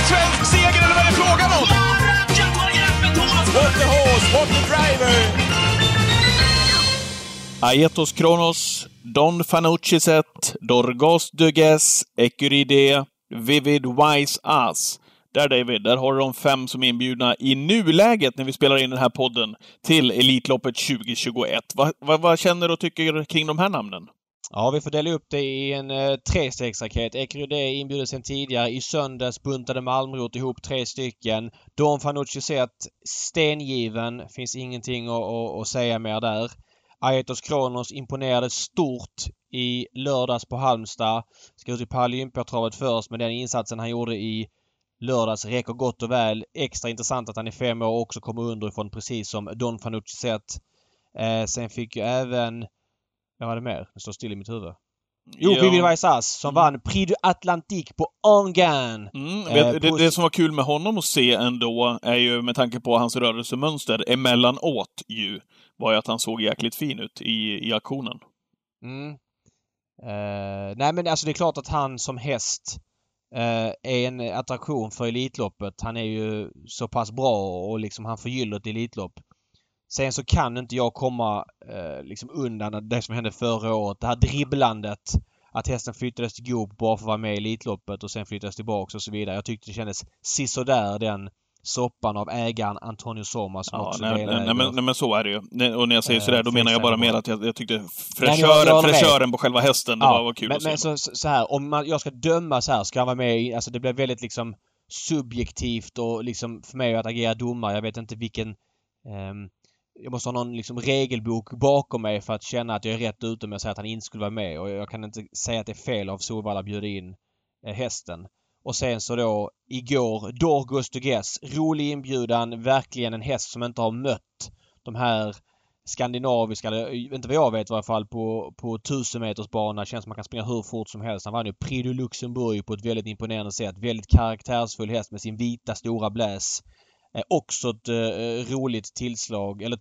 svensk seger eller vad är det frågan om? What the horse, what the driver! Aetos Kronos, Don Fanucci Set, Dorgos Dugues, Ecuride, Vivid Wise Ass. Där David, där har du de 5 som är inbjudna i nuläget när vi spelar in den här podden till Elitloppet 2021. Vad känner du och tycker kring de här namnen? Ja, vi får dela upp det i en 3-stegsraket. Ecuride inbjuder sen tidigare. I söndags buntade Malmrot ihop 3 stycken. Don Fanucci Set, stengiven. Finns ingenting att säga mer där. Aetos Kronos imponerade stort i lördags på Halmstad. Ska ut i Paralympiatravet först, men den insatsen han gjorde i lördags räcker gott och väl. Extra intressant att han är 5 år och också kommer underifrån precis som Don Fanucci Set. Sen fick ju även... Vad var det mer? Det står still i mitt huvud. Vivid Wise Ass som vann Prix du Atlantique på Enghien. Det som var kul med honom att se ändå är ju med tanke på hans rörelsemönster emellanåt ju var ju att han såg jäkligt fin ut i aktionen. Nej men alltså det är klart att han som häst är en attraktion för Elitloppet. Han är ju så pass bra och liksom han förgyller ett Elitlopp. Sen så kan inte jag komma liksom undan det som hände förra året. Det här dribblandet. Att hästen flyttades till Goop bara för att vara med i Elitloppet och sen flyttades tillbaka och så vidare. Jag tyckte det kändes sisådär den soppan av ägaren Antonio Soma som också nej, men så är det ju. Och när jag säger sådär då menar jag bara mer att jag tyckte fräschören på själva hästen det var kul att se. Men så här, om jag ska döma så här ska han vara med i, alltså det blir väldigt liksom subjektivt och liksom för mig att agera domare. Jag vet inte vilken jag måste ha någon liksom regelbok bakom mig för att känna att jag är rätt ute med att säga att han inte skulle vara med. Och jag kan inte säga att det är fel av Solvalla att bjuda in hästen. Och sen så då igår Dorgos Dugues. Rolig inbjudan. Verkligen en häst som inte har mött de här skandinaviska, eller inte vad jag vet i alla fall, på 1000 meters bana. Känns som man kan springa hur fort som helst. Han vann ju Prix du Luxemburg på ett väldigt imponerande sätt. Väldigt karaktärsfull häst med sin vita stora bläs. Också ett roligt tillslag eller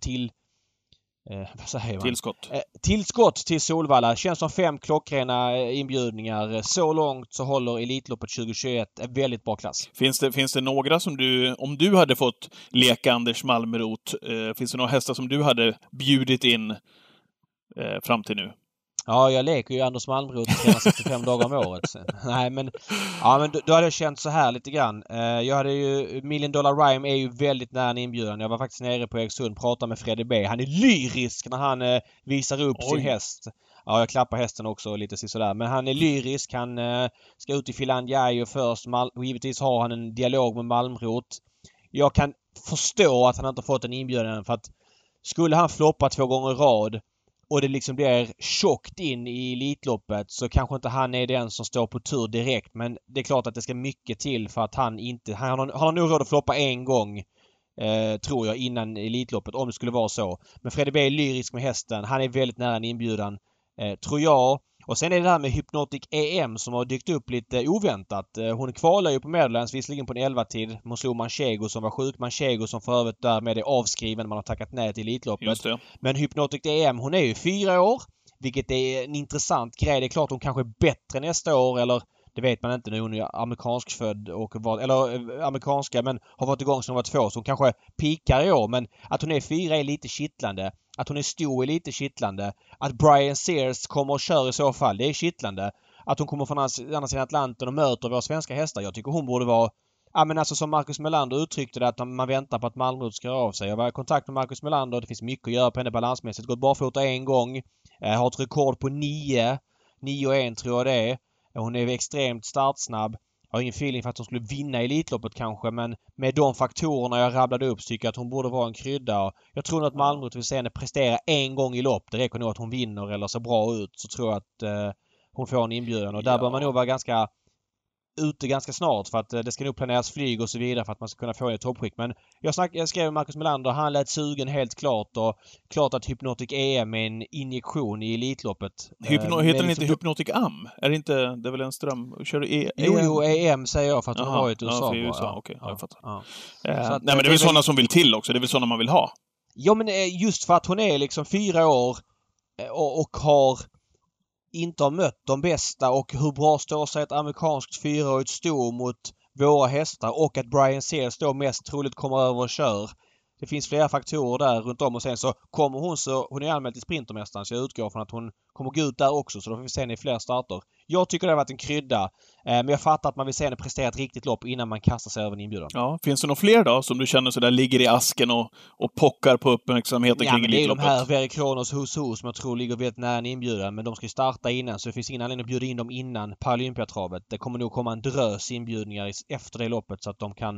vad säger man? Tillskott till Solvalla. Känns som 5 klockrena inbjudningar. Så långt så håller Elitloppet 2021 en väldigt bra klass. Finns det några som om du hade fått leka Anders Malmrot, finns det några hästar som du hade bjudit in fram till nu? Ja, jag leker ju Anders Malmrot 365 dagar om året. Nej, men då hade jag känt så här lite grann. Jag hade ju Million Dollar Rhyme är ju väldigt nära en inbjudan. Jag var faktiskt nere på Eriksund, pratade med Freddy B. Han är lyrisk när han visar upp sin häst. Ja, jag klappar hästen också lite sådär. Men han är lyrisk. Han ska ut i Finlandia först. Och givetvis har han en dialog med Malmrot. Jag kan förstå att han inte fått en inbjudan för att skulle han floppa 2 gånger i rad och det liksom blir tjockt in i Elitloppet så kanske inte han är den som står på tur direkt. Men det är klart att det ska mycket till för att han har nog råd att floppa en gång tror jag innan Elitloppet om det skulle vara så. Men Freddy B är lyrisk med hästen. Han är väldigt nära en inbjudan tror jag. Och sen är det här med Hypnotic EM som har dykt upp lite oväntat. Hon kvalar ju på Meadowlands visserligen på en 11-tid. Hon slog Manchego som var sjuk. Manchego som för övrigt därmed är avskriven. Man har tackat nej till Elitloppet. Men Hypnotic EM, hon är ju 4 år. Vilket är en intressant grej. Det är klart hon kanske är bättre nästa år. Eller det vet man inte nu. Hon är amerikanskfödd amerikanska men har varit igång sedan hon var 2. Så hon kanske pikar i år. Men att hon är 4 är lite kittlande. Att hon är stor är lite kittlande. Att Brian Sears kommer och kör i så fall, det är kittlande. Att hon kommer från andra sidan Atlanten och möter våra svenska hästar. Jag tycker hon borde vara... Ja men alltså som Marcus Melander uttryckte det att man väntar på att Malmrot ska av sig. Jag var i kontakt med Marcus Melander och det finns mycket att göra på henne balansmässigt. Gått barfota en gång. Har ett rekord på 9-1 tror jag det är. Hon är extremt startsnabb. Jag har ingen feeling för att hon skulle vinna Elitloppet kanske, men med de faktorerna jag rabblade upp tycker jag att hon borde vara en krydda. Jag tror nog att Malmrot vill se henne prestera en gång i lopp. Det räcker nog att hon vinner eller ser bra ut så tror jag att hon får en inbjudan. Och där bör man nog vara ute ganska snart för att det ska nog planeras flyg och så vidare för att man ska kunna få ett toppskick. Men jag skrev med Marcus Melander, han lät sugen helt klart och klart att Hypnotic EM är en injektion i Elitloppet. Heter den inte Hypnotic AM? Är det inte, det är väl en ström? Kör du EM? Jo, EM säger jag för att hon har ett USA. Ja, för USA, okej. Jag fattar. Nej, men det är väl sådana som vill till också. Det är väl sådana man vill ha. Ja, men just för att hon är liksom 4 år och har inte har mött de bästa och hur bra står sig ett amerikanskt 4-årigt sto mot våra hästar och att Brian Sears då mest troligt kommer över och kör. Det finns flera faktorer där runt om och sen så kommer hon är anmäld till Sprintermästaren så jag utgår från att hon kommer gå ut där också så då får vi se henne i fler starter. Jag tycker det har varit en krydda men jag fattar att man vill se henne prestera ett riktigt lopp innan man kastar sig över en inbjudan. Ja, finns det några fler då som du känner så där ligger i asken och pockar på uppmärksamheten kring Elitloppet? Det är de här Very Kronos Who's som jag tror ligger väldigt nära en inbjudan men de ska ju starta innan så det finns ingen anledning att bjuda in dem innan Paralympiatravet. Det kommer nog komma en drös inbjudningar efter det loppet så att de kan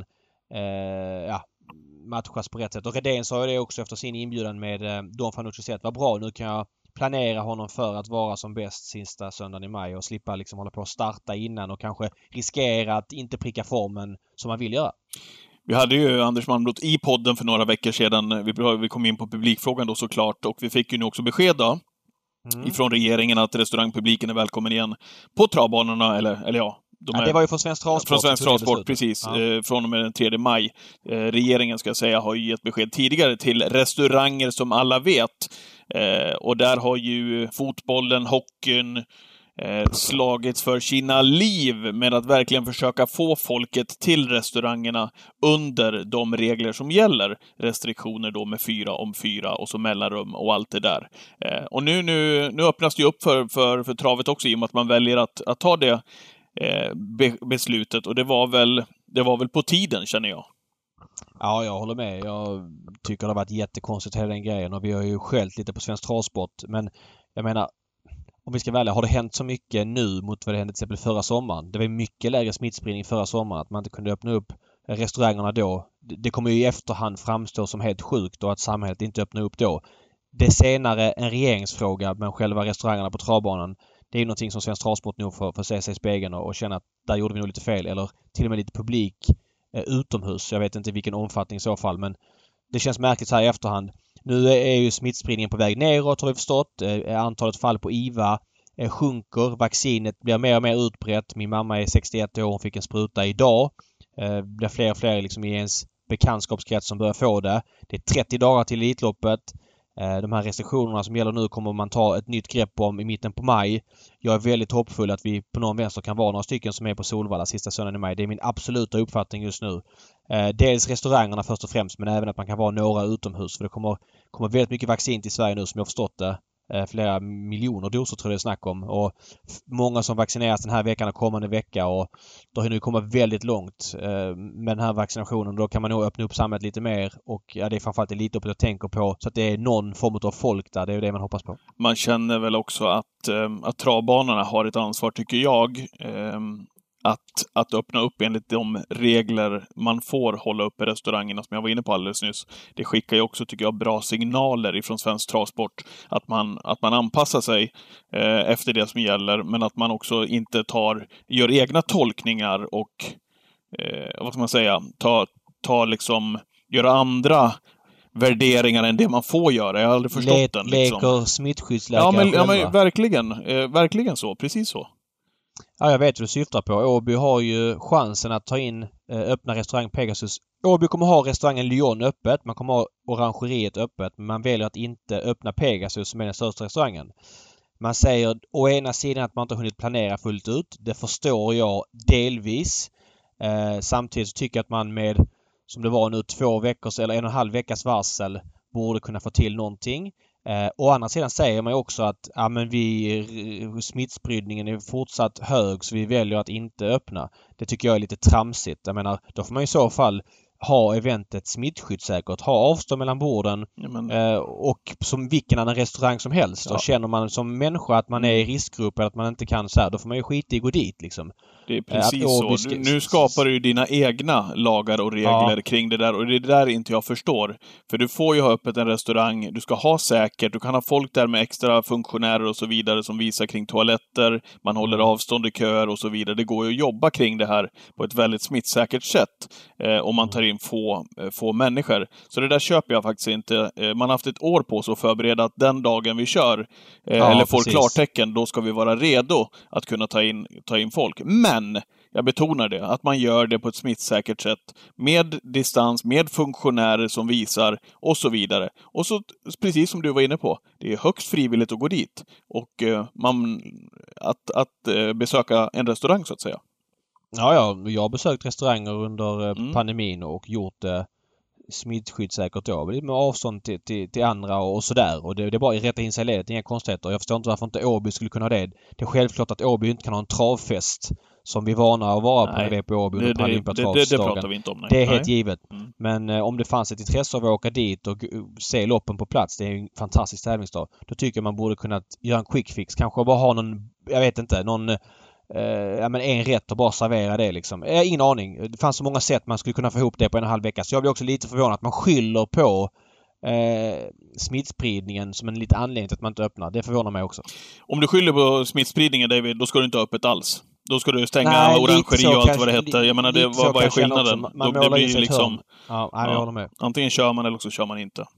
matchas på rätt sätt. Och Redén sa ju det också efter sin inbjudan med Don Fanucci sätt. Vad bra, nu kan jag planera honom för att vara som bäst sista söndagen i maj och slippa liksom hålla på att starta innan och kanske riskera att inte pricka formen som man vill göra. Vi hade ju Anders Malmroth i podden för några veckor sedan. Vi kom in på publikfrågan då såklart och vi fick ju nu också besked då ifrån regeringen att restaurangpubliken är välkommen igen på travbanorna eller ja. Det var ju från Svensk Travsport. Från Svensk Travsport, precis. Ja. Från och med den 3 maj. Regeringen, ska jag säga, har ju gett besked tidigare till restauranger som alla vet. Och där har ju fotbollen, hockeyn slagits för sina liv med att verkligen försöka få folket till restaurangerna under de regler som gäller. Restriktioner då med 4 om 4 och så mellanrum och allt det där. Och nu öppnas det ju upp för travet också i och med att man väljer att ta det beslutet och det var väl på tiden, känner jag. Ja, jag håller med. Jag tycker det har varit jättekonstigt hela den grejen och vi har ju skällt lite på Svensk Travsport. Men jag menar, om vi ska välja, har det hänt så mycket nu mot vad det hände till exempel förra sommaren? Det var mycket lägre smittspridning förra sommaren, att man inte kunde öppna upp restaurangerna då. Det kommer ju i efterhand framstå som helt sjukt och att samhället inte öppnar upp då. Det senare en regeringsfråga, men själva restaurangerna på travbanan, det är ju någonting som Svensk Travsport nog får se sig i spegeln och känna att där gjorde vi nog lite fel. Eller till och med lite publik utomhus. Jag vet inte vilken omfattning i så fall, men det känns märkligt så här i efterhand. Nu är ju smittspridningen på väg neråt, har vi förstått. Antalet fall på IVA sjunker. Vaccinet blir mer och mer utbrett. Min mamma är 61 år, hon fick en spruta idag. Det blir fler och fler liksom i ens bekantskapskrets som börjar få det. Det är 30 dagar till Elitloppet. De här restriktionerna som gäller nu kommer man ta ett nytt grepp om i mitten på maj. Jag är väldigt hoppfull att vi på någon vänster kan vara några stycken som är på Solvalla sista söndagen i maj. Det är min absoluta uppfattning just nu. Dels restaurangerna först och främst, men även att man kan vara några utomhus. För det kommer väldigt mycket vaccin till Sverige nu som jag har förstått det. Flera miljoner doser tror jag det är snack om. Och många som vaccineras den här veckan och kommande vecka. Och då har nu kommit väldigt långt med den här vaccinationen. Då kan man nog öppna upp samhället lite mer. Och ja, det är framförallt lite upp att tänka på. Så att det är någon form av folk där. Det är ju det man hoppas på. Man känner väl också att travbanorna har ett ansvar, tycker jag. Att öppna upp enligt de regler man får hålla upp i restaurangerna som jag var inne på alldeles nyss. Det skickar ju också, tycker jag, bra signaler ifrån Svensk Travsport att man anpassar sig efter det som gäller, men att man också inte gör egna tolkningar och vad ska man säga, göra andra värderingar än det man får göra. Jag har aldrig förstått den. Liksom. Leker smittskyddsläkare men verkligen så. Precis så. Ja, jag vet vad du syftar på. Åby har ju chansen att ta in öppna restaurang Pegasus. Åby kommer ha restaurangen Lyon öppet. Man kommer ha orangeriet öppet. Men man väljer att inte öppna Pegasus som är den största restaurangen. Man säger å ena sidan att man inte har hunnit planera fullt ut. Det förstår jag delvis. Samtidigt så tycker jag att man med, som det var nu, 2 veckors eller 1,5 veckas varsel borde kunna få till någonting. Å andra sidan säger man ju också att smittspridningen är fortsatt hög så vi väljer att inte öppna. Det tycker jag är lite tramsigt. Jag menar, då får man i så fall ha eventet smittskyddssäkert, ha avstånd mellan borden och som vilken annan restaurang som helst. Ja. Och känner man som människa att man är i riskgrupp eller att man inte kan så här, då får man ju skita i gå dit liksom. Det är precis så. Nu skapar du dina egna lagar och regler kring det där. Och det är där inte jag förstår. För du får ju ha öppet en restaurang. Du ska ha säkert. Du kan ha folk där med extra funktionärer och så vidare som visar kring toaletter. Man håller avstånd i köer och så vidare. Det går ju att jobba kring det här på ett väldigt smittsäkert sätt. Om man tar in få människor. Så det där köper jag faktiskt inte. Man har haft ett år på sig att förbereda att den dagen vi kör eller får klartecken, då ska vi vara redo att kunna ta in folk. Men jag betonar det, att man gör det på ett smittsäkert sätt med distans, med funktionärer som visar och så vidare. Och så, precis som du var inne på, det är högst frivilligt att gå dit och att besöka en restaurang så att säga. Ja, jag har besökt restauranger under pandemin och gjort smittskyddssäkert då. Med avstånd till andra och sådär. Och det är bara att rätta in sig i ledet. Inga konstigheter. Jag förstår inte varför inte Åby skulle kunna ha det. Det är självklart att Åby inte kan ha en travfest som vi vana att vara på när vi är på Åby under Paralympiatravsdagen. Det pratar vi inte om. Nej. Det är helt givet. Men om det fanns ett intresse av att åka dit och se loppen på plats. Det är en fantastisk tävlingsdag. Då tycker jag man borde kunna göra en quick fix. Kanske bara ha någon, jag vet inte, någon en rätt och bara servera det liksom. Ingen aning. Det fanns så många sätt man skulle kunna få ihop det på en halv vecka. Så jag blir också lite förvånad att man skyller på smittspridningen som en lite anledning till att man inte öppnar. Det förvånar mig också. Om du skyller på smittspridningen, David, då ska du inte ha öppet alls. Då ska du stänga orangeri och allt vad det heter. Jag menar, vad är skillnaden? Det blir liksom... Ja, jag håller med. Antingen kör man eller så kör man inte.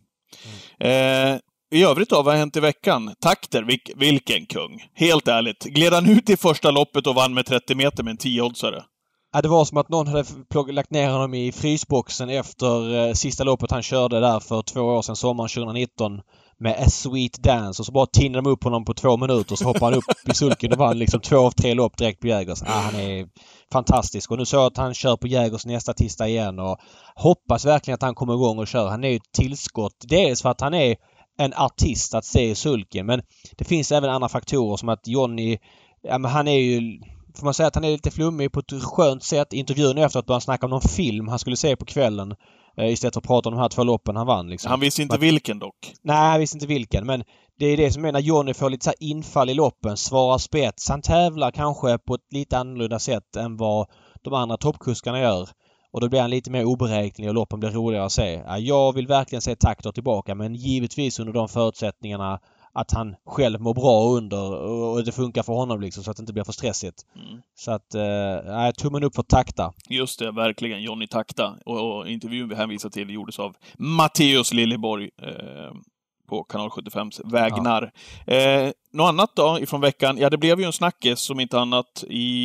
I övrigt då, vad har hänt i veckan? Takter, vilken kung. Helt ärligt. Gled han ut i första loppet och vann med 30 meter med en 10-oddsare? Ja, det var som att någon hade lagt ner honom i frysboxen efter sista loppet han körde där för 2 år sedan, sommaren 2019, med A Sweet Dance. Och så bara tinnade de upp honom på 2 minuter, så hoppade han upp i sulken och vann liksom 2 av 3 lopp direkt på Jägers. Han är fantastisk. Och nu så att han kör på Jägers nästa tisdag igen och hoppas verkligen att han kommer igång och kör. Han är ju ett tillskott. Dels för att han är en artist att se i sulken, men det finns även andra faktorer som att Johnny, han är ju, får man säga att han är lite flummig på ett skönt sätt. Intervjun efter att han snackade om någon film han skulle se på kvällen istället för att prata om de här 2 loppen han vann. Liksom. Han visste inte vilken dock. Nej, han visste inte vilken. Men det är det som är när Johnny får lite så här infall i loppen, svarar spets. Han tävlar kanske på ett lite annorlunda sätt än vad de andra toppkuskarna gör. Och då blir han lite mer oberäknelig och loppen blir roligare att se. Jag vill verkligen se Takter tillbaka, men givetvis under de förutsättningarna att han själv mår bra under och det funkar för honom liksom, så att det inte blir för stressigt. Så att, tummen upp för Takta. Just det, verkligen. Johnny Takta. Och intervjun vi hänvisar till gjordes av Matteus Liljeborg på Kanal 75s vägnar. Ja. Något annat då ifrån veckan? Ja, det blev ju en snackis som inte annat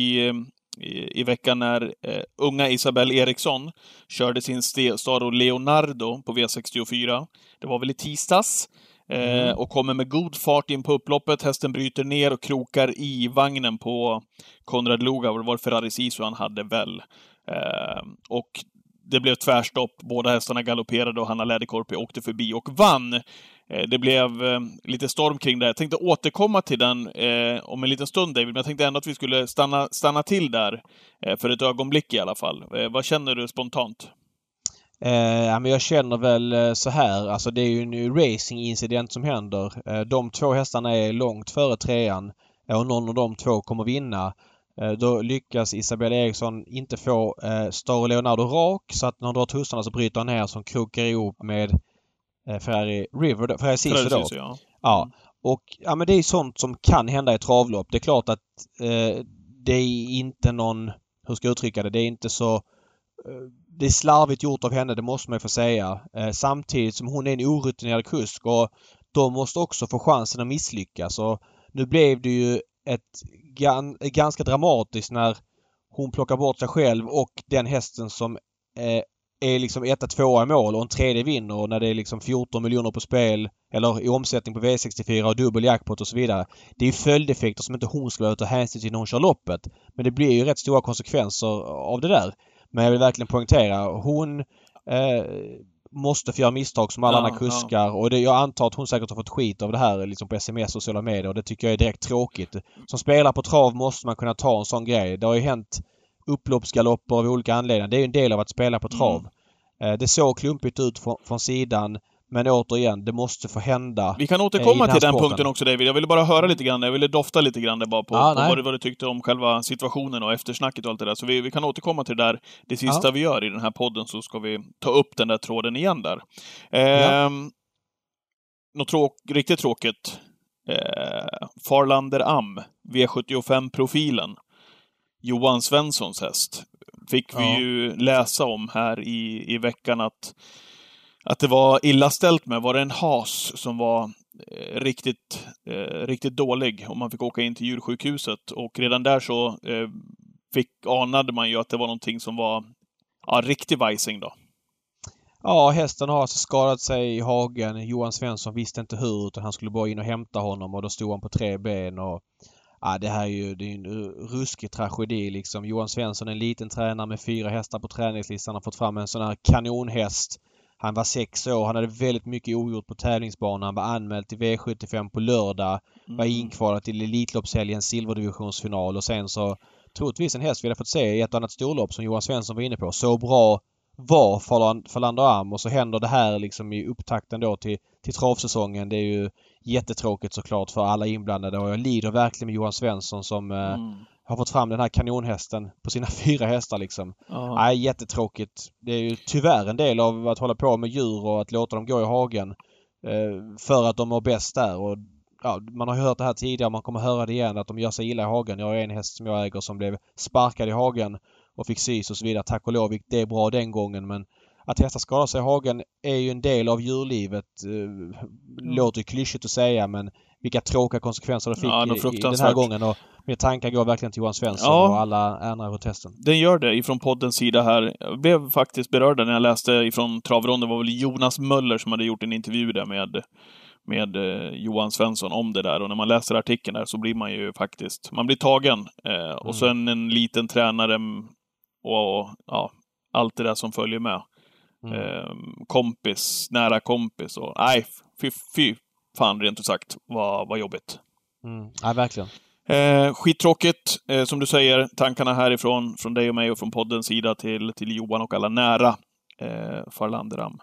i veckan när unga Isabelle Eriksson körde sin Staro Leonardo på V64. Det var väl i tisdags. Och kommer med god fart in på upploppet. Hästen bryter ner och krokar i vagnen på Konrad Lugauer. Det var Ferrari Sisu han hade väl. Och det blev tvärstopp. Båda hästarna galopperade och Hanna Läderkorpi åkte förbi och vann. Det blev lite storm kring det. Jag tänkte återkomma till den om en liten stund, David. Men jag tänkte ändå att vi skulle stanna till där för ett ögonblick i alla fall. Vad känner du spontant? Men jag känner väl så här. Alltså det är ju en racing-incident som händer. De 2 hästarna är långt före 3:an. Och någon av de 2 kommer vinna. Då lyckas Isabelle Eriksson inte få Staro Leonardo rak. Så att när han drar tussarna så bryter han ner som krokar ihop med Ferrari Sisu då. Ja. Och men det är sånt som kan hända i travlopp. Det är klart att det är inte någon, hur ska jag uttrycka det? Det är inte så... Det är slarvigt gjort av henne, det måste man ju få säga. Samtidigt som hon är en orutinerad kusk och de måste också få chansen att misslyckas. Och nu blev det ju ganska dramatiskt när hon plockar bort sig själv och den hästen som är liksom 1-2 i mål och en tredje vinner, och när det är liksom 14 miljoner på spel eller i omsättning på V64 och dubbel jackpot och så vidare. Det är ju följdeffekter som inte hon skulle ta hänsyn till när hon kör loppet. Men det blir ju rätt stora konsekvenser av det där. Men jag vill verkligen poängtera, hon måste få göra misstag som alla andra kuskar. Och jag antar att hon säkert har fått skit av det här liksom på sms och sociala medier. Och det tycker jag är direkt tråkigt. Som spelare på trav måste man kunna ta en sån grej. Det har ju hänt upploppsgalopper av olika anledningar. Det är ju en del av att spela på trav. Det såg klumpigt ut från sidan. Men återigen, det måste få hända. Vi kan återkomma till den punkten också, David. Jag ville bara höra lite grann. Jag ville dofta lite grann bara på vad du tyckte om själva situationen och eftersnacket och allt det där. Så vi kan återkomma till det där. Det sista vi gör i den här podden, så ska vi ta upp den där tråden igen där. Något riktigt tråkigt. Farlander Am, V75-profilen. Johan Svenssons häst. Fick vi ju läsa om här i veckan att det var illa ställt med. Var det en has som var riktigt dålig och man fick åka in till djursjukhuset. Och redan där så anade man ju att det var någonting som var riktig vajsing då. Ja, hästen har alltså skadat sig i hagen. Johan Svensson visste inte hur, utan han skulle bara in och hämta honom och då stod han på 3 ben och Ja, det är en ruskig tragedi liksom. Johan Svensson är en liten tränare med 4 hästar på träningslistan. Han har fått fram en sån här kanonhäst. Han var 6 år. Han hade väldigt mycket ogjort på tävlingsbanan. Han var anmäld till V75 på lördag. Var inkvalad till Elitloppshelgens silverdivisionsfinal. Och sen så troligtvis en häst vi hade fått se i ett annat storlopp som Johan Svensson var inne på. Så bra var Falander Am, och så händer det här liksom i upptakten då till travsäsongen. Det är ju jättetråkigt såklart för alla inblandade, och jag lider verkligen med Johan Svensson som har fått fram den här kanonhästen på sina 4 hästar liksom. Nej, jättetråkigt. Det är ju tyvärr en del av att hålla på med djur och att låta dem gå i hagen för att de mår bäst där. Och ja, man har ju hört det här tidigare, man kommer höra det igen, att de gör sig illa i hagen. Jag har en häst som jag äger som blev sparkad i hagen och fick sys och så vidare. Tack och lov gick det bra den gången, men att hästar skadar sig i hagen är ju en del av djurlivet. Låter ju klyschigt att säga, men vilka tråkiga konsekvenser det fick i den här gången. Och mina tankar går verkligen till Johan Svensson och alla andra runt hästen. Den gör det ifrån poddens sida här. Jag blev faktiskt berörd när jag läste ifrån travronden. Det var väl Jonas Möller som hade gjort en intervju där med Johan Svensson om det där. Och när man läser artikeln där så blir man ju faktiskt... Man blir tagen. Och sen en liten tränare och allt det där som följer med. Kompis, nära kompis. Och, nej, fy fan rent ut sagt vad jobbigt. Ja, verkligen. Skittråkigt, som du säger. Tankarna härifrån, från dig och mig och från poddens sida till Johan och alla nära Falander Am.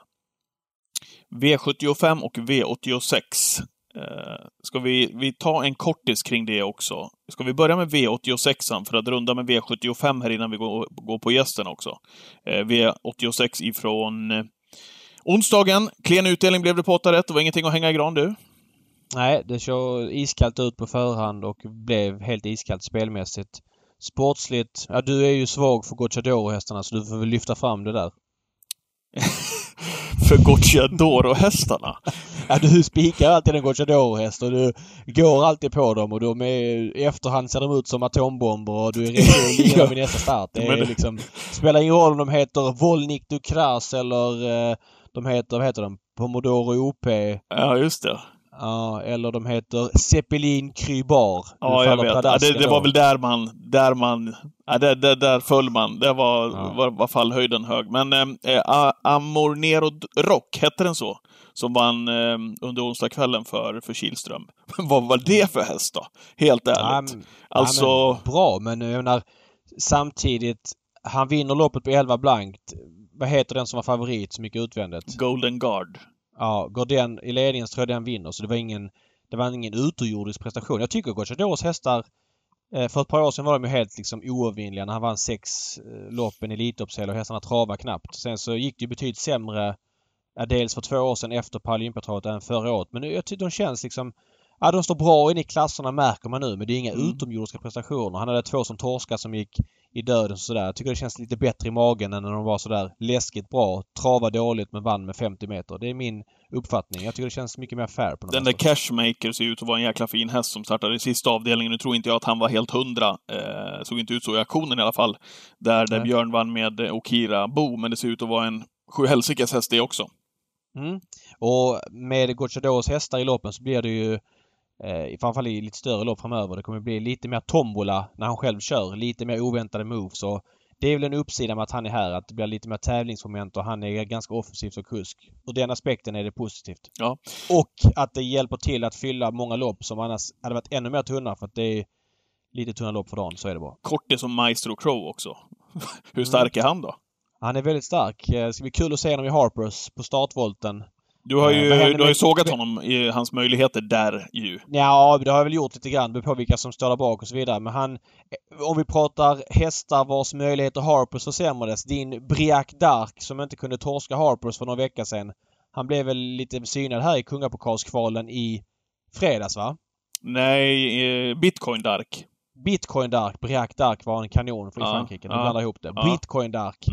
V75 och V86. Ska vi ta en kortis kring det också? Ska vi börja med V86 för att runda med V75 här innan vi går på gästen också? V86 ifrån onsdagen. Klen utdelning blev det på 8 rätt. Det var ingenting att hänga i gran, du? Nej, det såg iskallt ut på förhand och blev helt iskallt spelmässigt. Sportsligt. Ja, du är ju svag för Gocciadoro-hästarna, så du får väl lyfta fram det där. För Gocciadoro-hästarna? Ja, du spikar alltid en Gocciadoro-häst och du går alltid på dem, och de är, i efterhand ser de ut som atombomber och du är redo att vid nästa start. Det är liksom, spelar ingen roll om de heter Volnik Ducras eller de heter, vad heter de? Pomodoro OP. Ja, just det. Ja, eller de heter Zeppelin Krybar. Ja, jag vet. Ja, det var väl där föll man. Det var fallhöjden hög. Men Amor Nero Rock, hette den så? Som vann under onsdagskvällen för Kihlström. Vad var det för häst då? Helt ärligt. Men bra, men jag menar, samtidigt, han vinner loppet på 11 blankt. Vad heter den som var favorit så mycket utvändigt? Golden Guard. Ja, går den i ledningen så tror jag den vinner. Så det var ingen utomjordisk prestation. Jag tycker Gocciadoros hästar, för ett par år sedan var de ju helt liksom oövervinnliga när han vann 6 loppen i Elitloppshelg och hästarna travade knappt. Sen så gick det ju betydligt sämre, dels för 2 år sedan efter Paralympiatravet än förra året. Men jag tycker de känns liksom... Ja, de står bra in i klasserna märker man nu, men det är inga utomjordiska prestationer. Han hade 2 som torskar som gick i döden och sådär. Jag tycker det känns lite bättre i magen än när de var sådär läskigt bra. Trava dåligt men vann med 50 meter. Det är min uppfattning. Jag tycker det känns mycket mer fair på något. Den där Cashmaker ser ut att vara en jäkla fin häst som startade i sista avdelningen. Nu tror inte jag att han var helt 100. Såg inte ut så i aktionen i alla fall. Där Björn vann med Okira Bo, men det ser ut att vara en sjuhelsikes häst det också. Och med Gocciadoros hästar i loppen så blir det ju i alla fall i lite större lopp framöver. Det kommer bli lite mer tombola när han själv kör. Lite mer oväntade moves. Och det är väl en uppsida med att han är här. Att det blir lite mer tävlingsmoment och han är ganska offensiv som kusk. Ur den aspekten är det positivt. Ja. Och att det hjälper till att fylla många lopp som annars hade varit ännu mer tunna, för att det är lite tunna lopp för dagen, så är det bara. Kort är som Maestro Crow också. Hur stark är han då? Han är väldigt stark. Det ska bli kul att se honom i Harpers på startvolten. Du har ju sågat honom i hans möjligheter där ju. Ja, det har jag väl gjort lite grann. Det beror på vilka som står där bak och så vidare. Men han, om vi pratar hästar vars möjligheter Harpers försämrades. Din Briac Dark som inte kunde torska Harpers för några veckor sedan. Han blev väl lite synad här i kungapokalskvalen i fredags, va? Nej, Bitcoin Dark. Bitcoin Dark. Briac Dark var en kanon för i Frankrike. Du blandar ihop det. Bitcoin Dark.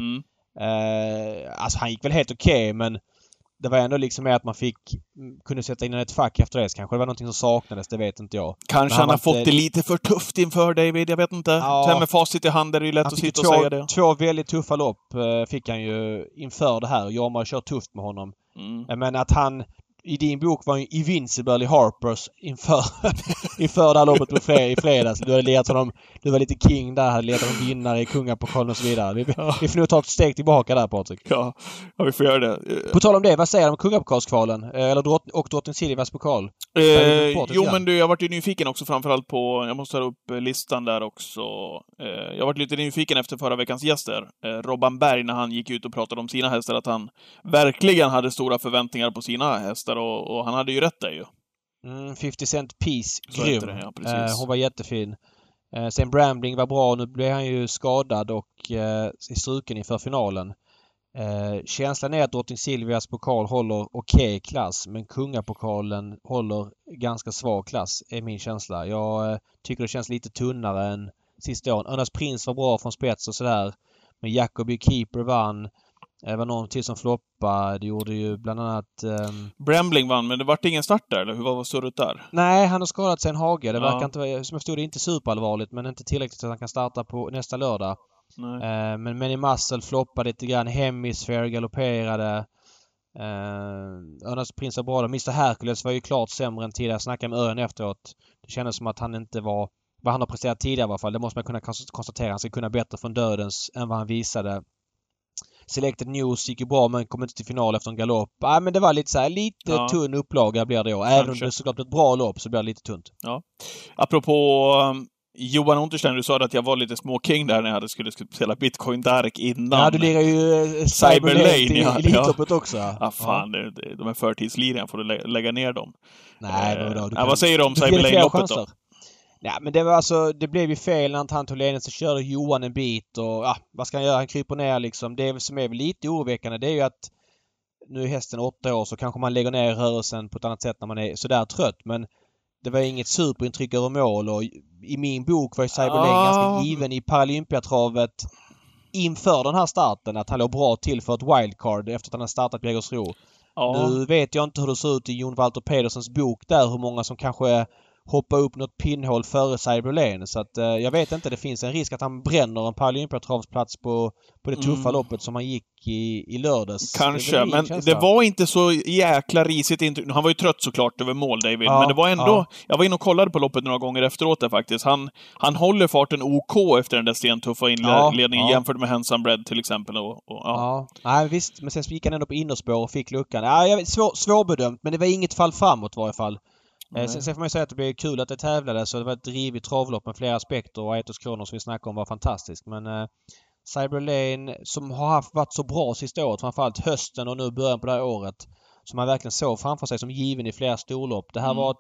Alltså han gick väl helt okej, men det var ändå liksom med att man kunde sätta in ett fack efter det. Kanske det var någonting som saknades, det vet inte jag. Kanske han har fått det lite för tufft inför David, jag vet inte. Ja, med facit i hand är det ju lätt att sitta och säga det. 2 väldigt tuffa lopp fick han ju inför det här. Jag har kört tufft med honom. Men att i din bok var ju Invincible i Harpers inför det här loppet i fredags. Du hade letat honom, du var lite king där, hade letat honom vinnare i kungapokalen och så vidare. Vi får nog ta ett steg tillbaka där, Patrik. Ja, vi får göra det. På tal om det, vad säger du om kungapokalskvalen? Eller drottning Silvias pokal? Men du, jag varit ju nyfiken också framförallt på, jag måste ta upp listan där också. Jag varit lite nyfiken efter förra veckans gäster. Robban Berg, när han gick ut och pratade om sina hästar, att han verkligen hade stora förväntningar på sina hästar och han hade ju rätt där ju. 50 Cent Peace, grym. Ja, precis. Hon var jättefin. Sen Brambling var bra. Nu blev han ju skadad och i struken inför finalen. Känslan är att drottning Silvias pokal håller okej klass, men kungapokalen håller ganska svag klass, är min känsla. Jag tycker det känns lite tunnare än sista åren. Önas Prins var bra från spets och sådär. Men Jacobi Keeper vann. Det var någon till som floppade. Det gjorde ju bland annat... Brambling vann, men det var ingen start där, eller hur var surret där? Nej, han har skadat sig en hage. Det verkar inte, som jag förstod det, inte superallvarligt, men inte tillräckligt så att han kan starta på nästa lördag. Men i Muscle floppade lite grann. Hemisphere galopperade. Önas Prins var bra. Mr. Hercules var ju klart sämre än tidigare. Jag snackade med Örn efteråt. Det kändes som att han inte var vad han har presterat tidigare i alla fall. Det måste man kunna konstatera. Han ska kunna bättre från dödens än vad han visade. Selected News gick ju bra men kom inte till final efter en galopp. Men det var lite så här, tunn upplaga blir det i år. Även om det såklart ett bra lopp så blir det lite tunt. Ja. Apropå Johan Unterstein, du sa att jag var lite småking där när jag skulle spela Bitcoin Dark innan. Ja, du lirar ju Cyberlane i Elitloppet också. Ja, fan. De är förtidslirarna, får du lägga ner dem. Nej, vad säger du om Cyberlane-loppet då? Ja, men det var alltså, det blev ju fel när han tog ledningen, så körde Johan en bit och vad ska han göra? Han kryper ner liksom. Det som är väl lite oroväckande, det är ju att nu är hästen 8 år så kanske man lägger ner rörelsen på ett annat sätt när man är sådär trött, men det var inget superintryck över mål och i min bok var ju Cyberlane ganska given i Paralympiatravet inför den här starten, att han låg bra till för ett wildcard efter att han har startat Jägersro. Nu vet jag inte hur det ser ut i Jon Walter Pedersens bok där, hur många som kanske hoppa upp något pinnhål före Cyberlane. Så att jag vet inte, det finns en risk att han bränner en Paralympiatravsplats på det tuffa loppet som han gick i lördags. Kanske, men det var inte så jäkla risigt. Han var ju trött såklart över mål, David. Men det var ändå... Jag var inne och kollade på loppet några gånger efteråt där faktiskt. Han håller farten OK efter den där stentuffa inledningen jämfört med Handsome Bread till exempel. Nej, visst. Men sen gick han ändå på innerspår och fick luckan. Jag vet, svårbedömt, men det var inget fall framåt i varje fall. Sen får man ju säga att det blev kul att det tävlade, så det var ett drivigt travlopp med flera aspekter och Aetos Kronos som vi snackade om var fantastisk. Men Cyberlane som har varit så bra sista året, framförallt hösten och nu början på det här året, som man verkligen såg framför sig som given i flera storlopp. Det här var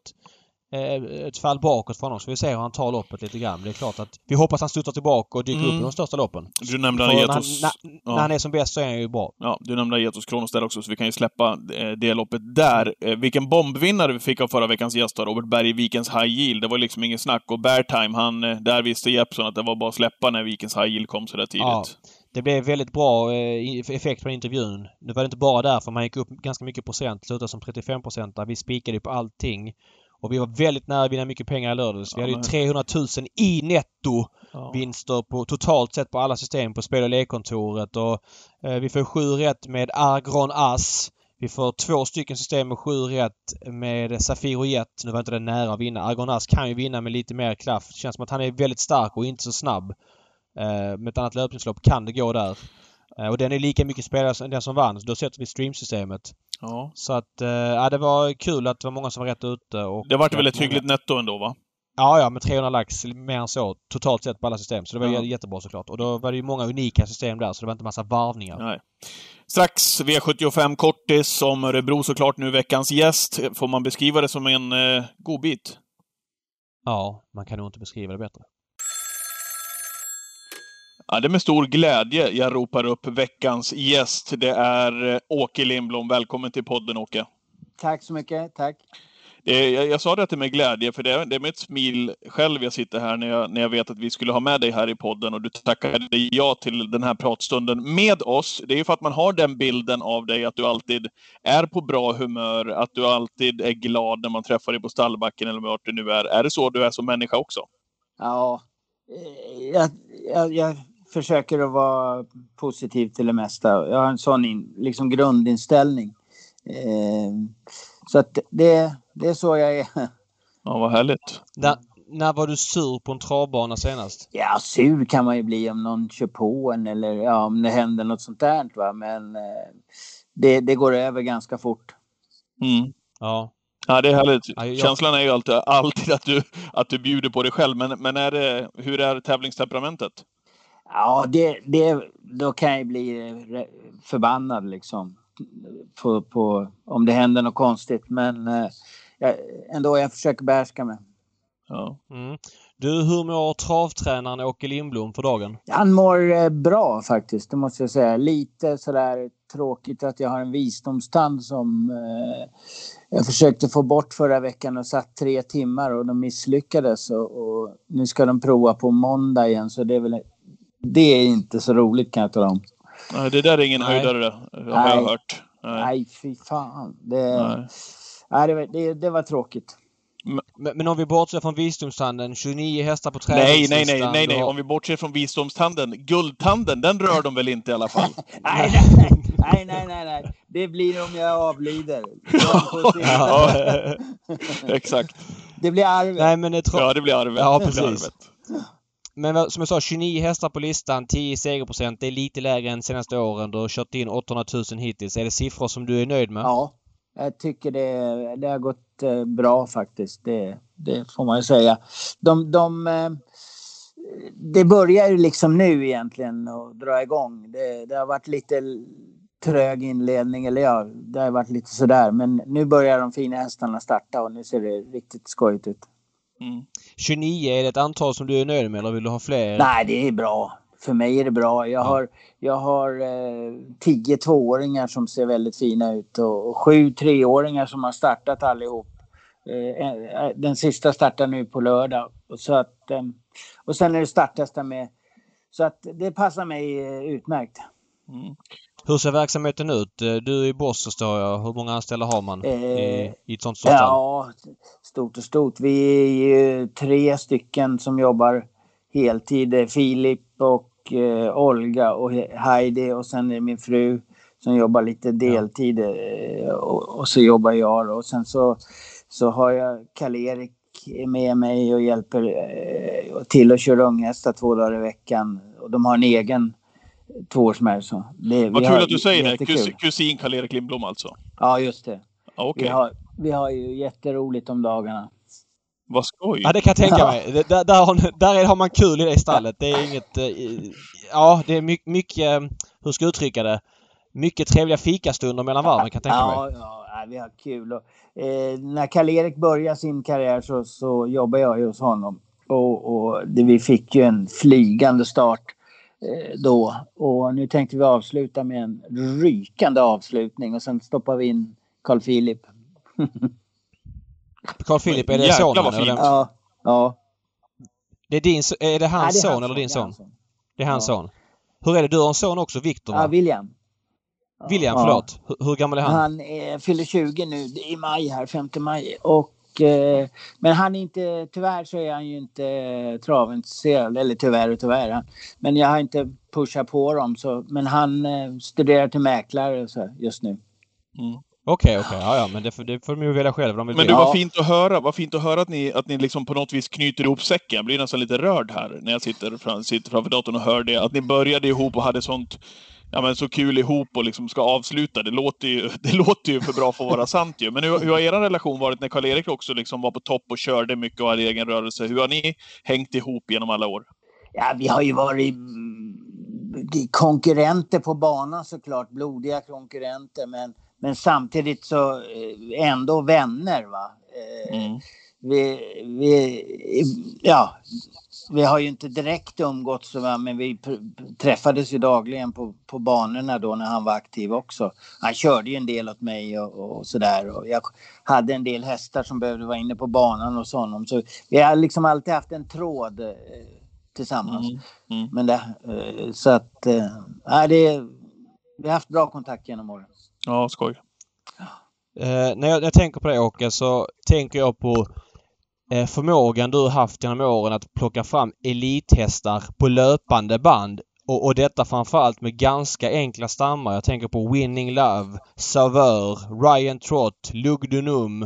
ett fall bakåt för honom, så vi ser hur han tar loppet lite grann. Det är klart att vi hoppas han studsar tillbaka och dyker upp i de största loppen. Du nämnde Aetos... När han är som bäst så är han ju bra. Ja, du nämnde Aetos Kronos där också, så vi kan ju släppa det loppet där. Vilken bombvinnare vi fick av förra veckans gäst, Robert Berg i Vikens High Yield. Det var liksom ingen snack. Och Beartime, där visste Jeppson att det var bara att släppa när Vikens High Yield kom så där tidigt. Ja. Det blev väldigt bra effekt på intervjun. Nu var det inte bara därför man gick upp ganska mycket procent, slutade som 35%. Där vi spikade ju på allting. Och vi var väldigt nära att vinna mycket pengar i lördags. Vi hade ju 300 000 i nettovinster på totalt sett på alla system på spel- och lekkontoret. Och vi får 7 rätt med Argron As. Vi får 2 stycken system med 7 rätt med Safiro Jet. Nu var inte det nära att vinna. Argron As kan ju vinna med lite mer kraft. Det känns som att han är väldigt stark och inte så snabb. Med ett annat löpningslopp kan det gå där. Och den är lika mycket spelare som den som vann. Så då sätter vi streamsystemet. Ja. Så att det var kul att det var många som var rätt ute. Och det var ett väldigt hyggligt netto ändå, va? Ja, med 300 lax mer än så totalt sett på alla system. Så det var jättebra såklart. Och då var det ju många unika system där, så det var inte massa varvningar. Nej. Strax V75 Kortis som Örebro såklart nu veckans gäst. Får man beskriva det som en godbit? Ja, man kan nog inte beskriva det bättre. Ja, det är med stor glädje jag ropar upp veckans gäst. Det är Åke Lindblom. Välkommen till podden, Åke. Tack så mycket, tack. Jag sa det till med glädje, för det är med ett smil själv jag sitter här när jag vet att vi skulle ha med dig här i podden, och du tackade ja till den här pratstunden med oss. Det är ju för att man har den bilden av dig, att du alltid är på bra humör, att du alltid är glad när man träffar dig på stallbacken eller vart det nu är. Är det så du är som människa också? Ja, jag försöker att vara positiv till det mesta. Jag har en sån grundinställning. Så att det är så jag är. Ja, vad härligt. När var du sur på en travbana senast? Ja, sur kan man ju bli om någon kör på en eller ja, om det händer något sånt där. Va? Men det går över ganska fort. Mm. Ja. Ja, det är härligt. Ja, Känslan är ju alltid att du bjuder på dig själv. Men hur är tävlingstemperamentet? Ja, då kan jag bli förbannad liksom. På om det händer något konstigt. Men jag försöker behärska mig. Ja. Mm. Du, hur mår travtränaren Åke Lindblom för dagen? Han mår bra faktiskt, det måste jag säga. Lite sådär tråkigt att jag har en visdomstand som jag försökte få bort förra veckan och satt 3 timmar och de misslyckades. Och nu ska de prova på måndag igen, så det är inte så roligt kan jag tala om. Nej, det där är ingen höjdare, har jag hört. Nej, fy fan. Det var tråkigt. Men om vi bortser från visdomstanden, 29 hästar på träningslistan. Nej. Om vi bortser från visdomstanden, guldtanden, den rör de väl inte i alla fall? Nej. Det blir om jag avlider. Exakt. Det blir arvet. Nej, men det blir arvet. Ja, precis. Men som jag sa, 29 hästar på listan, 10 segerprocent. Det är lite lägre än senaste åren. Du har kört in 800 000 hittills. Är det siffror som du är nöjd med? Ja, jag tycker det har gått bra faktiskt. Det får man ju säga. Det börjar ju liksom nu egentligen att dra igång. Det har varit lite trög inledning, eller ja, det har varit lite sådär. Men nu börjar de fina hästarna starta och nu ser det riktigt skojigt ut. 29, är det ett antal som du är nöjd med eller vill du ha fler? Nej, det är bra. För mig är det bra. Jag har 10 2-åringar som ser väldigt fina ut och 7 3-åringar som har startat allihop. Den sista startar nu på lördag. Och sen är det starthästar med. Så att det passar mig utmärkt. Hur ser verksamheten ut? Du är i boss, förstår jag. Hur många anställda har man i ett sånt stort stall? Ja, stort. Vi är ju 3 stycken som jobbar heltid. Filip och Olga och Heidi, och sen är det min fru som jobbar lite deltid och så jobbar jag, och sen så har jag Karl-Erik med mig och hjälper till att köra unghästar 2 dagar i veckan, och de har en egen 2-årsmärk. Så vad kul att du säger det. Kusin Karl-Erik Lindblom alltså. Ja, just det. Okay. Vi har ju jätteroligt om dagarna. Vad skoj. Ja, det kan jag tänka mig. Där har man kul i det stallet. Det är inget... det är mycket... Hur ska jag uttrycka det? Mycket trevliga fikastunder mellan varven, kan jag tänka mig. Ja, vi har kul. Och, när Karl-Erik började sin karriär så jobbade jag hos honom. Och vi fick ju en flygande start då. Och nu tänkte vi avsluta med en rykande avslutning. Och sen stoppar vi in Carl Philip. Carl Philip, är det sonen? Ja. Är det hans son eller din son? Det är hans son. Hur är det? Du har en son också, Victor, va? Ja, William. William, förlåt. Hur gammal är han? Han fyller 20 nu i maj här, 5 maj. Men han är inte, tyvärr så är han ju inte travintresserad, eller tyvärr. Men jag har inte pushat på dem, men han studerar till mäklare så just nu. Okej. Ja, men det får de ju välja själv. Men det var fint att höra att ni liksom på något vis knyter ihop säcken. Jag blir nästan lite rörd här när jag sitter framför datorn och hör det. Att ni började ihop och hade sånt, så kul ihop och liksom ska avsluta. Det låter ju för bra för att vara sant ju. Men hur har er relation varit när Karl-Erik också liksom var på topp och körde mycket och hade egen rörelse? Hur har ni hängt ihop genom alla år? Ja, vi har ju varit konkurrenter på banan såklart. Blodiga konkurrenter, men samtidigt så ändå vänner, va. Vi har ju inte direkt umgåtts, men vi träffades ju dagligen på banorna då när han var aktiv också. Han körde ju en del åt mig och sådär, och jag hade en del hästar som behövde vara inne på banan och sånt. Så vi har liksom alltid haft en tråd tillsammans. Men så att vi har haft bra kontakt genom åren. Ja, skoj. När jag tänker på det, Åke, så tänker jag på förmågan du har haft genom åren att plocka fram elithästar på löpande band Och detta framförallt med ganska enkla stammar. Jag tänker på Winning Love, Saveur, Ryan Trott, Lugdunum.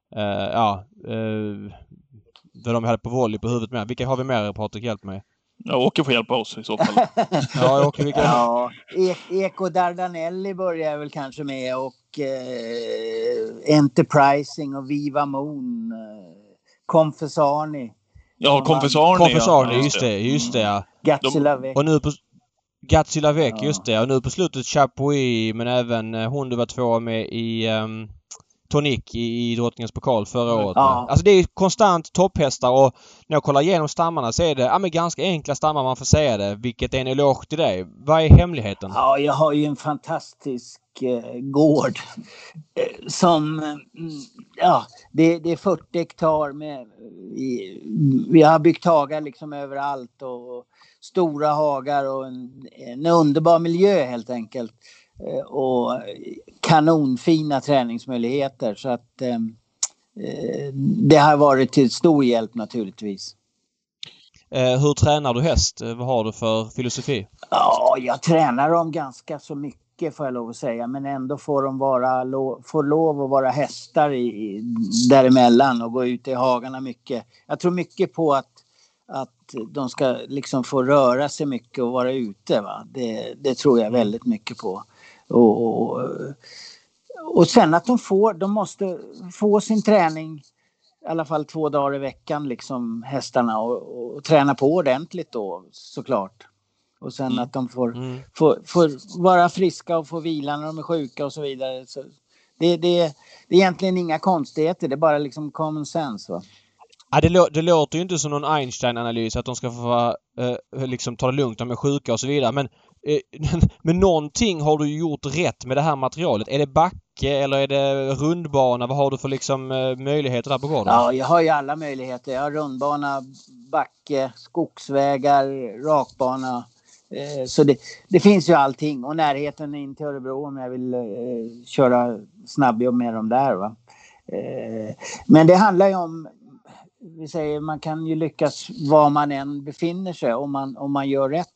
Vad de hade på volley på huvudet med. Vilka har vi mer, Patrik? Hjälp mig. Ja, Åke får hjälpa oss i så fall. Ja, Åke, vilka... Ja, Eko Dardanelli börjar jag väl kanske med och Enterprising och Viva Moon, Confessani. Ja, Confessani, just det, ja. Gatsilave. Och nu på Gatsilave, just det. Och nu på slutet Chapuis, men även hon du var två med i Tonic i Drottningens pokal förra året. Ja. Alltså det är konstant topphästar och när jag kollar igenom stammarna så är det men ganska enkla stammar, man får säga det. Vilket är en eloge till dig. Vad är hemligheten? Ja, jag har ju en fantastisk gård som det är 40 hektar med vi har byggt hagar liksom överallt och stora hagar och en underbar miljö helt enkelt. Och kanonfina träningsmöjligheter så att det har varit till stor hjälp naturligtvis. Hur tränar du häst? Vad har du för filosofi? Ja, jag tränar dem ganska så mycket får jag lov att säga, men ändå får de får lov att vara hästar däremellan och gå ut i hagarna mycket. Jag tror mycket på att de ska liksom få röra sig mycket och vara ute, va? Det tror jag väldigt mycket på. Och sen att de måste få sin träning i alla fall 2 dagar i veckan liksom hästarna och träna på ordentligt då såklart. Och sen att de får vara friska och få vila när de är sjuka och så vidare. Så det är egentligen inga konstigheter, det är bara liksom common sense, va? Ja, det låter ju inte som någon Einstein-analys att de ska få liksom ta det lugnt, de är sjuka och så vidare. Men någonting har du gjort rätt med det här materialet. Är det backe eller är det rundbana? Vad har du för liksom möjligheter där på gården? Ja, jag har ju alla möjligheter. Jag har rundbana, backe, skogsvägar, rakbana. Så det finns ju allting. Och närheten in till Örebro om jag vill köra snabbjobb med dem där, va? Men det handlar ju om, vi säger, man kan ju lyckas var man än befinner sig om man gör rätt.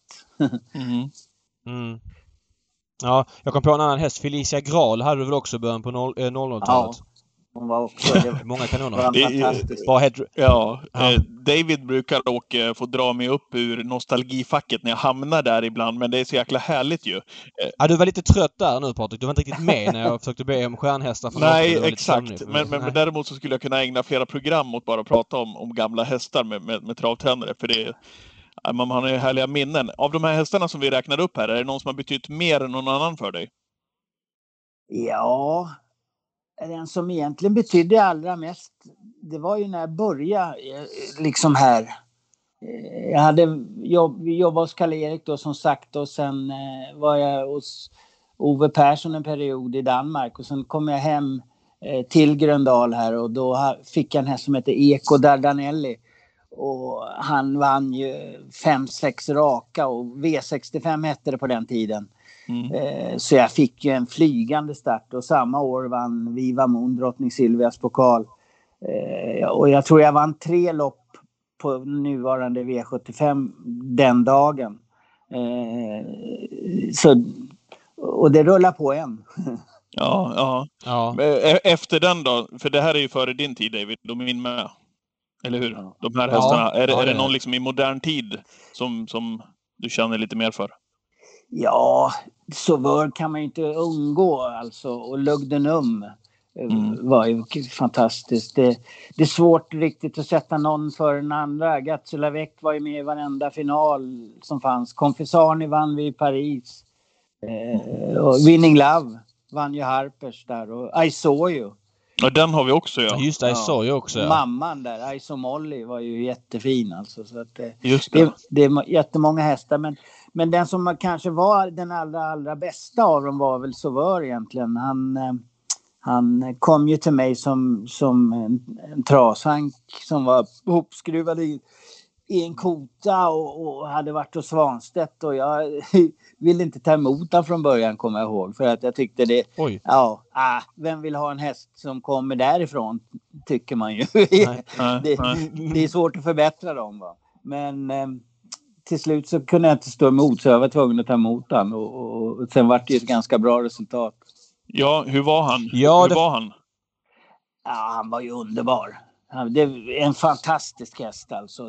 Ja, jag kom på en annan häst. Felicia Graal hade du väl också början på 00-talet? Ja, hon var också... Många kanoner. Fantastiskt. David brukar få dra mig upp ur nostalgifacket när jag hamnar där ibland, men det är så jäkla härligt ju. Ja, du var lite trött där nu, Patrik. Du var inte riktigt med när jag försökte be om stjärnhästar. Nej, exakt. Men däremot så skulle jag kunna ägna flera program åt bara att prata om gamla hästar med travtränare, för det är... Man har ju härliga minnen. Av de här hästarna som vi räknade upp här, är det någon som har betytt mer än någon annan för dig? Ja, den som egentligen betydde allra mest, det var ju när jag började liksom här. Jag hade jobbat hos Karl-Erik då som sagt, och sen var jag hos Ove Persson en period i Danmark och sen kom jag hem till Gröndal här och då fick jag en häst som heter Eko Dardanelli. Och han vann ju 5-6 raka och V65 hette det på den tiden. Så jag fick ju en flygande start och samma år vann Viva Moon Drottning Silvias pokal. Och jag tror jag vann 3 lopp på nuvarande V75 den dagen. Och det rullar på än. Ja. Efter den då, för det här är ju före din tid, David, de är min med. Eller hur? Ja. De här hästarna. Är det någon liksom i modern tid som du känner lite mer för? Ja, Sauveur kan man ju inte undgå alltså. Och Lugdunum var ju fantastiskt. Det är svårt riktigt att sätta någon för den andra. Gatsulavec var ju med i varenda final som fanns. Confessani vann vi i Paris. Och Winning Love vann ju Harpers där. Och I Saw You. Ja, den har vi också, ja. Just det, I Saw You också, ja. Mamman där, I Saw Molly var ju jättefin alltså. Så att, just det. Det är jättemånga hästar. Men den som kanske var den allra bästa av dem var väl Sauveur egentligen. Han kom ju till mig som en trashank som var ihopskruvad i en kota och hade varit hos Svanstedt och jag ville inte ta emot den från början, kommer jag ihåg, för att jag tyckte det. Oj. Vem vill ha en häst som kommer därifrån, tycker man ju. Nej. Det är svårt att förbättra dem, va. Men till slut så kunde jag inte stå emot, så jag var tvungen att ta emot han. Och sen var det ju ett ganska bra resultat. Ja, hur var han? Ja, hur var han? Ja, han var ju underbar. Det är en fantastisk häst alltså.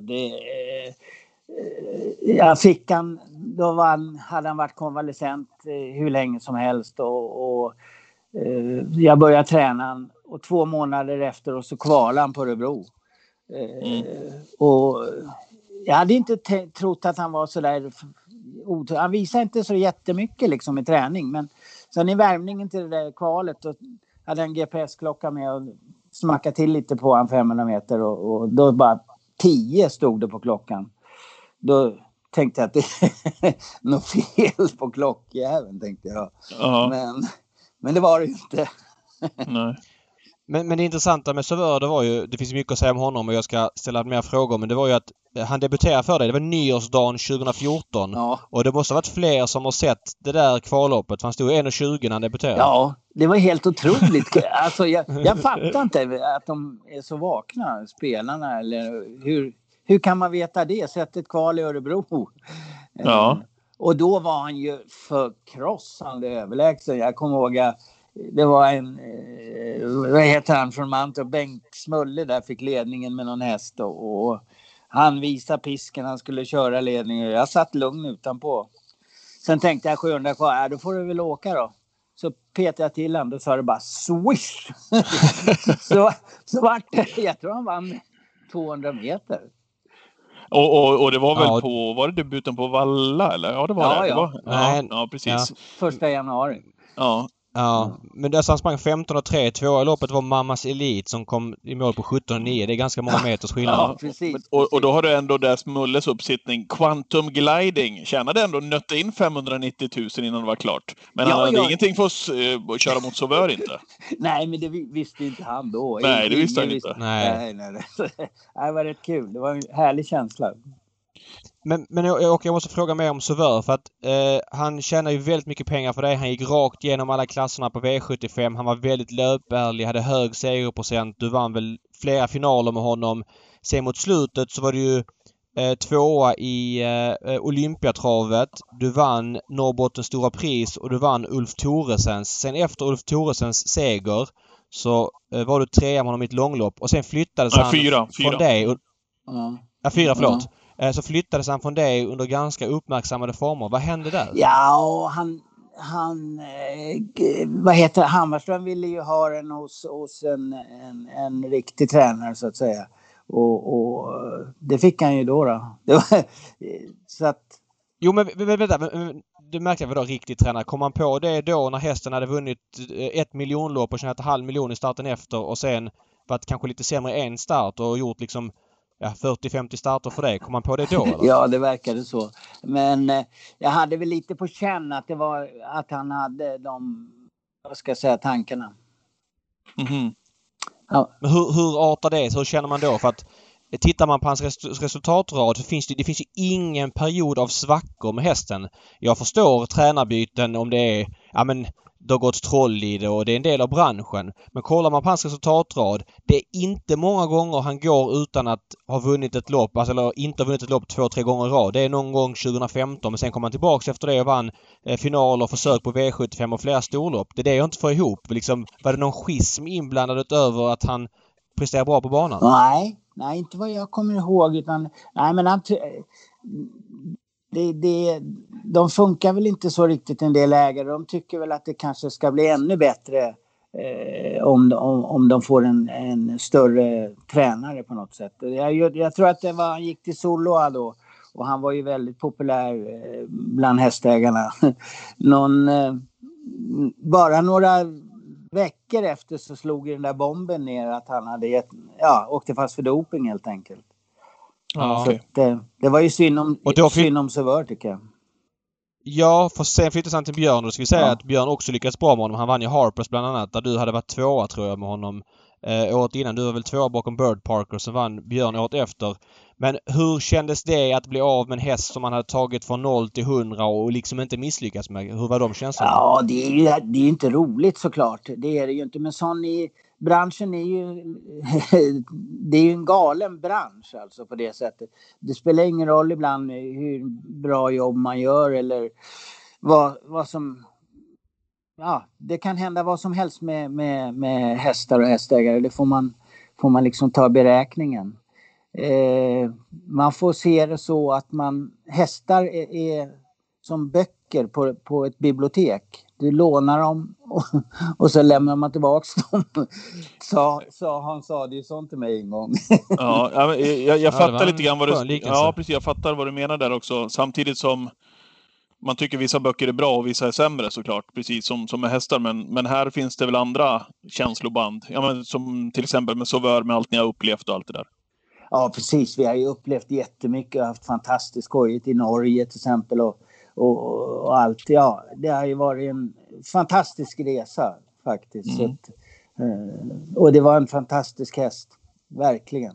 Jag fick han, hade han varit konvalescent hur länge som helst och jag började träna han, och 2 månader efter och så kvalade han på Örebro. Och jag hade inte trott att han var så där. Han visade inte så jättemycket liksom i träning, men sen i värmningen till det där kvalet då hade en GPS-klocka med och smackade till lite på han 500 meter och då bara 10 stod det på klockan. Då tänkte jag att det är något fel på klockjäveln, tänkte jag. Men det var det inte. Nej. Men det intressanta med Sauveur, det var ju, det finns mycket att säga om honom och jag ska ställa mer frågor, men det var ju att han debuterade för dig. Det var nyårsdagen 2014. Ja. Och det måste ha varit fler som har sett det där kvalloppet. Han stod 1,20 när han debuterade. Ja, det var helt otroligt. Alltså, jag fattar inte att de är så vakna, spelarna. Eller hur kan man veta det? Sett ett kval i Örebro. Ja. Och då var han ju förkrossande överlägsen. Jag kommer ihåg det var en, vad heter han från Mantorp, Bengt Smulle där fick ledningen med någon häst och han visade pisken, han skulle köra ledningen. Jag satt lugn utanpå. Sen tänkte jag 700 kvar, då får du väl åka då. Så petade jag till honom, då sa det bara swish. så vart det, jag tror han vann 200 meter. Och det var väl var det debuten på Valla eller? Ja, det var det. Ja. Ja, precis. 1 januari. Ja. Ja, men där han sprang 15,3. 2 i loppet var Mammas Elite som kom i mål på 17,9. Det är ganska många meters skillnad. Ja, precis. Och då har du ändå där Smulles uppsittning Quantum Gliding. Tjänade ändå nötte in 590 000 innan det var klart. Men han hade ingenting för att köra mot Sauveur inte. Nej, men det visste inte han då. Nej, det visste han inte. Nej. Det var rätt kul. Det var en härlig känsla. Men jag måste fråga mer om Sauveur för att han tjänar ju väldigt mycket pengar för det. Han gick rakt igenom alla klasserna på V75. Han var väldigt löpärlig, hade hög segerprocent. Du vann väl flera finaler med honom. Sen mot slutet så var du ju 2:a i Olympiatravet. Du vann Norrbottens stora pris och du vann Ulf Thoresens. Sen efter Ulf Thoresens seger så var du 3:a med honom i ett långlopp och sen flyttades han från dig. Ja, 4, förlåt. Så flyttades han från dig under ganska uppmärksammade former. Vad hände där? Ja, han vad heter Hammarström ville ju ha den hos en riktig tränare så att säga. Och det fick han ju då. Det var, så att... Jo, men vänta. Du märkte väl då riktigt tränare. Kom man på det då när hästen hade vunnit 1 miljonlopp och tjänat 500 000 i starten efter och sen varit kanske lite sämre en start och gjort liksom 40-50 starter för det. Kom man på det då? Eller? Ja, det verkade så. Men jag hade väl lite på känn att det var att han hade tankarna. Mm-hmm. Ja. Men hur artar det? Hur känner man då? För att tittar man på hans resultatrad så finns det finns ju ingen period av svackor med hästen. Jag förstår tränarbyten om det är det har gått troll i det och det är en del av branschen. Men kollar man på hans resultatrad, det är inte många gånger han går utan att ha vunnit ett lopp, eller inte ha vunnit ett lopp 2-3 gånger i rad. Det är någon gång 2015, men sen kommer han tillbaka efter det och vann final och försök på V75 och flera storlopp. Det är det jag inte får ihop. Liksom, var det någon schism inblandad utöver att han presterar bra på banan? Nej, inte vad jag kommer ihåg. Utan, de funkar väl inte så riktigt en del ägare. De tycker väl att det kanske ska bli ännu bättre om de får en större tränare på något sätt. Jag tror att han gick till Soloa då och han var ju väldigt populär bland hästägarna. Bara några veckor efter så slog den där bomben ner att han hade åkte fast för doping helt enkelt. Ja. Så det var ju synd om Sauveur tycker jag. Ja, för sen flyttades han till Björn och då ska vi säga att Björn också lyckades bra med honom. Han vann ju Harpers bland annat där du hade varit 2:a tror jag med honom året innan. Du var väl 2:a bakom Bird Parker så vann Björn året efter. Men hur kändes det att bli av med en häst som man hade tagit från 0 till 100 och liksom inte misslyckats med? Hur var de känslorna? Ja, det är ju inte roligt såklart. Det är det ju inte. Men branschen är ju det är ju en galen bransch alltså på det sättet. Det spelar ingen roll ibland hur bra jobb man gör eller vad som det kan hända vad som helst med hästar och hästägare. Det får man liksom ta beräkningen. Man får se det så att hästar är som böcker på ett bibliotek. Du lånar dem och så lämnar man tillbaka dem. Han sa det ju sånt till mig en gång. Ja, jag fattar lite grann vad du... Ja, precis. Jag fattar vad du menar där också. Samtidigt som man tycker vissa böcker är bra och vissa är sämre såklart. Precis som med hästar. Men här finns det väl andra känsloband. Ja, men som till exempel med Sauveur, med allt ni har upplevt och allt det där. Ja, precis. Vi har ju upplevt jättemycket och haft fantastiskt skojigt i Norge till exempel och allt. Ja, det har ju varit en fantastisk resa faktiskt. Så att, och det var en fantastisk häst. Verkligen.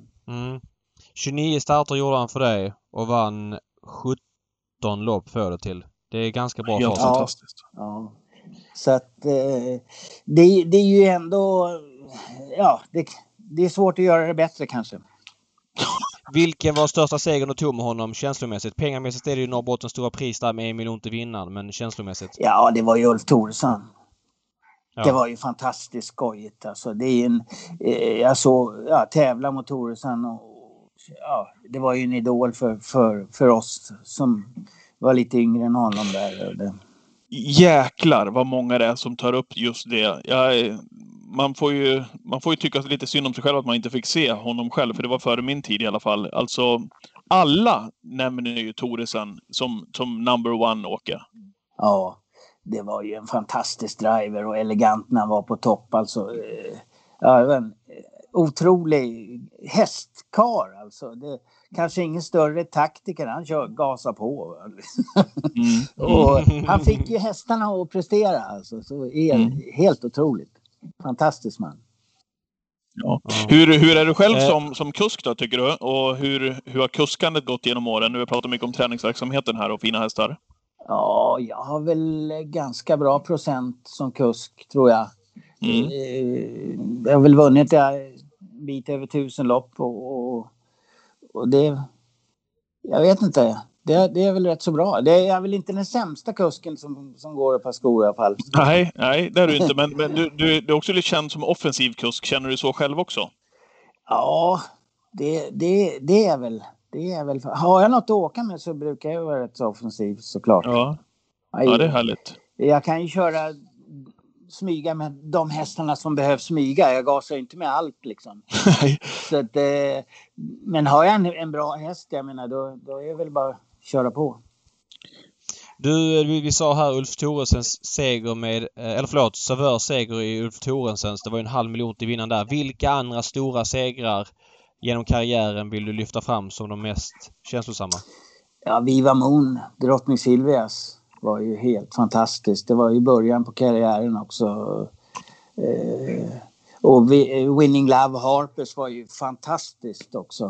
29 starter gjorde han för dig och vann 17 lopp för det till. Det är ganska bra. Helt fantastiskt. Ja. Så att det är ju ändå... Ja, det är svårt att göra det bättre kanske. Vilken var största segern du tog med honom känslomässigt? Pengamässigt är det ju Norrbottens stora pris där med 1 miljon till vinnaren, men känslomässigt? Ja, det var ju Ulf Thoresson. Ja. Det var ju fantastiskt skojigt. Alltså, det är jag tävla mot Thoresson och det var ju en idol för oss som var lite yngre än honom där. Jäklar vad många det är som tar upp just det. Man får ju tycka lite synd om sig själv att man inte fick se honom själv, för det var före min tid i alla fall. Alltså, alla nämner ju Thoresson som number one, Åke. Ja, det var ju en fantastisk driver och elegant när han var på topp. Alltså, det var en otrolig hästkar. Alltså, det kanske ingen större taktiker, han gasar på. Och han fick ju hästarna att prestera. Alltså, så helt otroligt. Fantastisk man. Ja. Hur är du själv som kusk då, tycker du? Och hur har kuskandet gått genom åren? Nu har vi pratat mycket om träningsverksamheten här och fina hästar. Ja, jag har väl ganska bra procent som kusk, tror jag. Jag har väl vunnit en bit över 1000 lopp och det... Jag vet inte. Det är väl rätt så bra. Det är väl inte den sämsta kusken som går ett par skor i alla fall. Nej, det är du inte. Men du är också lite känd som offensiv kusk. Känner du så själv också? Ja, det är väl. Har jag något att åka med så brukar jag vara rätt så offensiv, såklart. Ja, det är härligt. Jag kan ju smyga med de hästarna som behöver smyga. Jag gasar inte med allt liksom. Så att, men har jag en bra häst, jag menar, då är det väl bara att köra på. Vi sa här Ulf Thoressens seger Sauveurs seger i Ulf Thoressens. Det var ju 500 000 till vinnaren där. Vilka andra stora segrar genom karriären vill du lyfta fram som de mest känslosamma? Ja, Viva Moon, drottning Silvias var ju helt fantastiskt. Det var ju början på karriären också. Och Winning Love Harpers var ju fantastiskt också.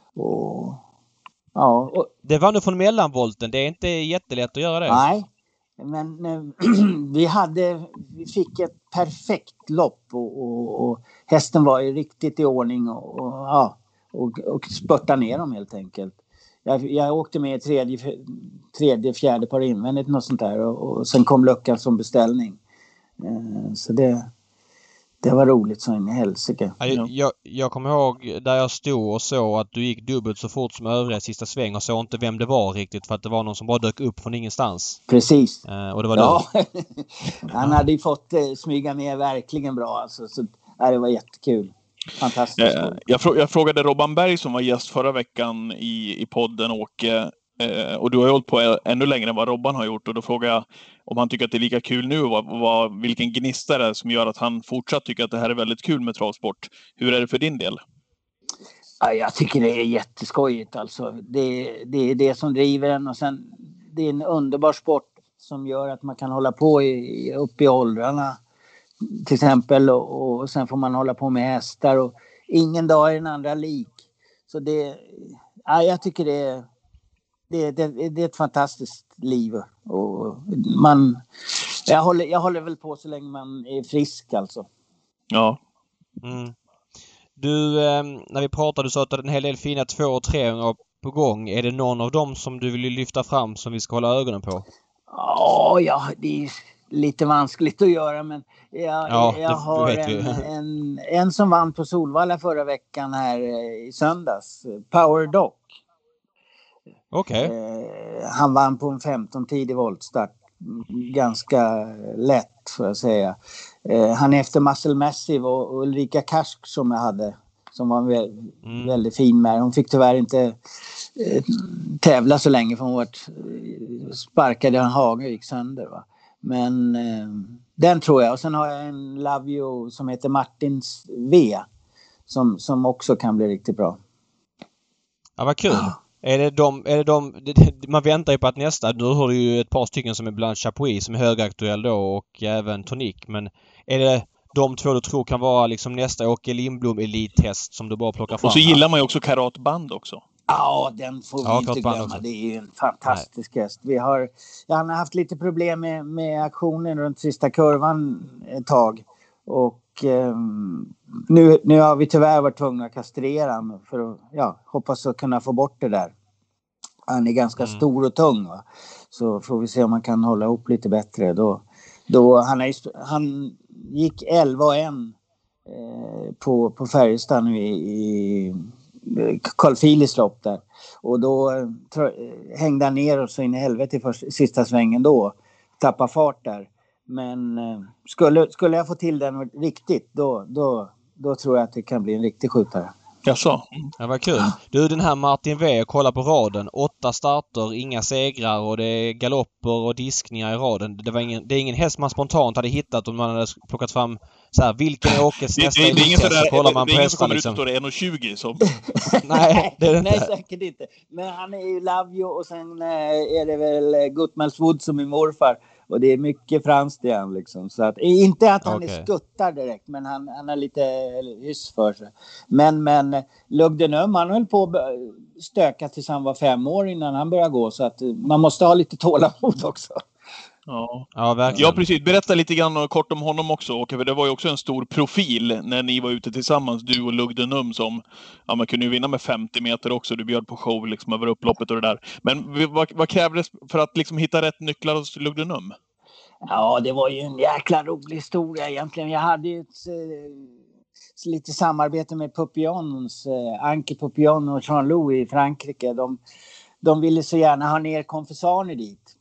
Det var nu från mellanvolten. Det är inte jättelätt att göra det. Nej, men vi fick ett perfekt lopp och hästen var ju riktigt i ordning och spurtade ner dem helt enkelt. Jag åkte med tredje, fjärde par invändigt något sånt där och sen kom luckan som beställning. Så det var roligt så in i helsike. Jag kommer ihåg där jag stod och såg att du gick dubbelt så fort som övriga sista sväng och såg inte vem det var riktigt för att det var någon som bara dök upp från ingenstans. Precis. Och det var du. Han hade ju fått smyga med verkligen bra alltså, så det var jättekul. Fantastiskt. Jag frågade Robban Berg som var gäst förra veckan i podden, Åke, och du har ju hållit på ännu längre än vad Robban har gjort, och då frågade jag om han tycker att det är lika kul nu och vilken gnista det är som gör att han fortsatt tycker att det här är väldigt kul med travsport. Hur är det för din del? Ja, jag tycker det är jätteskojigt alltså. Det är det som driver en, och sen det är en underbar sport som gör att man kan hålla på upp i åldrarna till exempel, och sen får man hålla på med hästar och ingen dag är den andra lik. Så jag tycker det är ett fantastiskt liv och jag håller väl på så länge man är frisk alltså. Ja. Du, när vi pratade du sa att du hade en hel del fina 2- och 3-åringar på gång. Är det någon av dem som du vill lyfta fram som vi ska hålla ögonen på? Ja, det är lite vanskligt att göra, men jag har en som vann på Solvalla förra veckan här i söndags. Power Doc. Okej. Han vann på en 15-tidig voltstart. Ganska lätt får jag säga. Han är efter Muscle Massive och Ulrika Karsk som jag hade. Som var väldigt fin med. Hon fick tyvärr inte tävla så länge för hon var sparkade i en hage och gick sönder. Va? Men den tror jag. Och sen har jag en Love You som heter Martins V. Som också kan bli riktigt bra. Ja, vad kul. Är det man väntar ju på att nästa, nu har du ju ett par stycken som är bland Chapuis som är högaktuell då och även Tonic, men är det de två du tror kan vara liksom nästa Åke Lindblom elittest som du bara plockar fram? Och så gillar man ju också karatband också. Ja, den får vi inte glömma. Också. Det är ju en fantastisk häst. Jag har haft lite problem med aktionen runt sista kurvan ett tag. Och nu har vi tyvärr varit tvungna att kastrera honom för att hoppas att kunna få bort det där. Han är ganska stor och tung, va? Så får vi se om man kan hålla ihop lite bättre. Då han gick 11-1 på Färjestad nu i Carl Phillips lopp där. Och då hängde han ner och så in i helvete i sista svängen då. Tappa fart där. Men skulle jag få till den riktigt då tror jag att det kan bli en riktig skjutare. Jaså? Ja, vad kul. Du, den här Martin V, kolla på raden. 8 starter, inga segrar och det är galopper och diskningar i raden. Det är ingen häst man spontant hade hittat om man hade plockat fram så här, vilken är Åkes nästa elittest? Det är ingen som kommer liksom. ut och står 1,20 som... Nej, det är det inte. Nej, säkert inte. Men han är ju Love You och sen är det väl Gutmelswood som är morfar. Och det är mycket franskt igen liksom. Så att, inte att han är skuttar direkt, men han har lite hyss för sig. Men Lugdenum, han höll på att stöka tills han var 5 år innan han började gå. Så att man måste ha lite tålamod också. Ja, verkligen. Ja, precis. Berätta lite grann kort om honom också, Åke. För det var ju också en stor profil när ni var ute tillsammans, du och Lugdenum, som man kunde ju vinna med 50 meter också. Du bjöd på show liksom över upploppet och det där. Men vad krävdes för att liksom hitta rätt nycklar hos Lugdenum? Ja, det var ju en jäkla rolig historia egentligen. Jag hade ju lite samarbete med Papillons, Anke Papillon och Jean-Louis i Frankrike. De ville så gärna ha ner Confessani dit.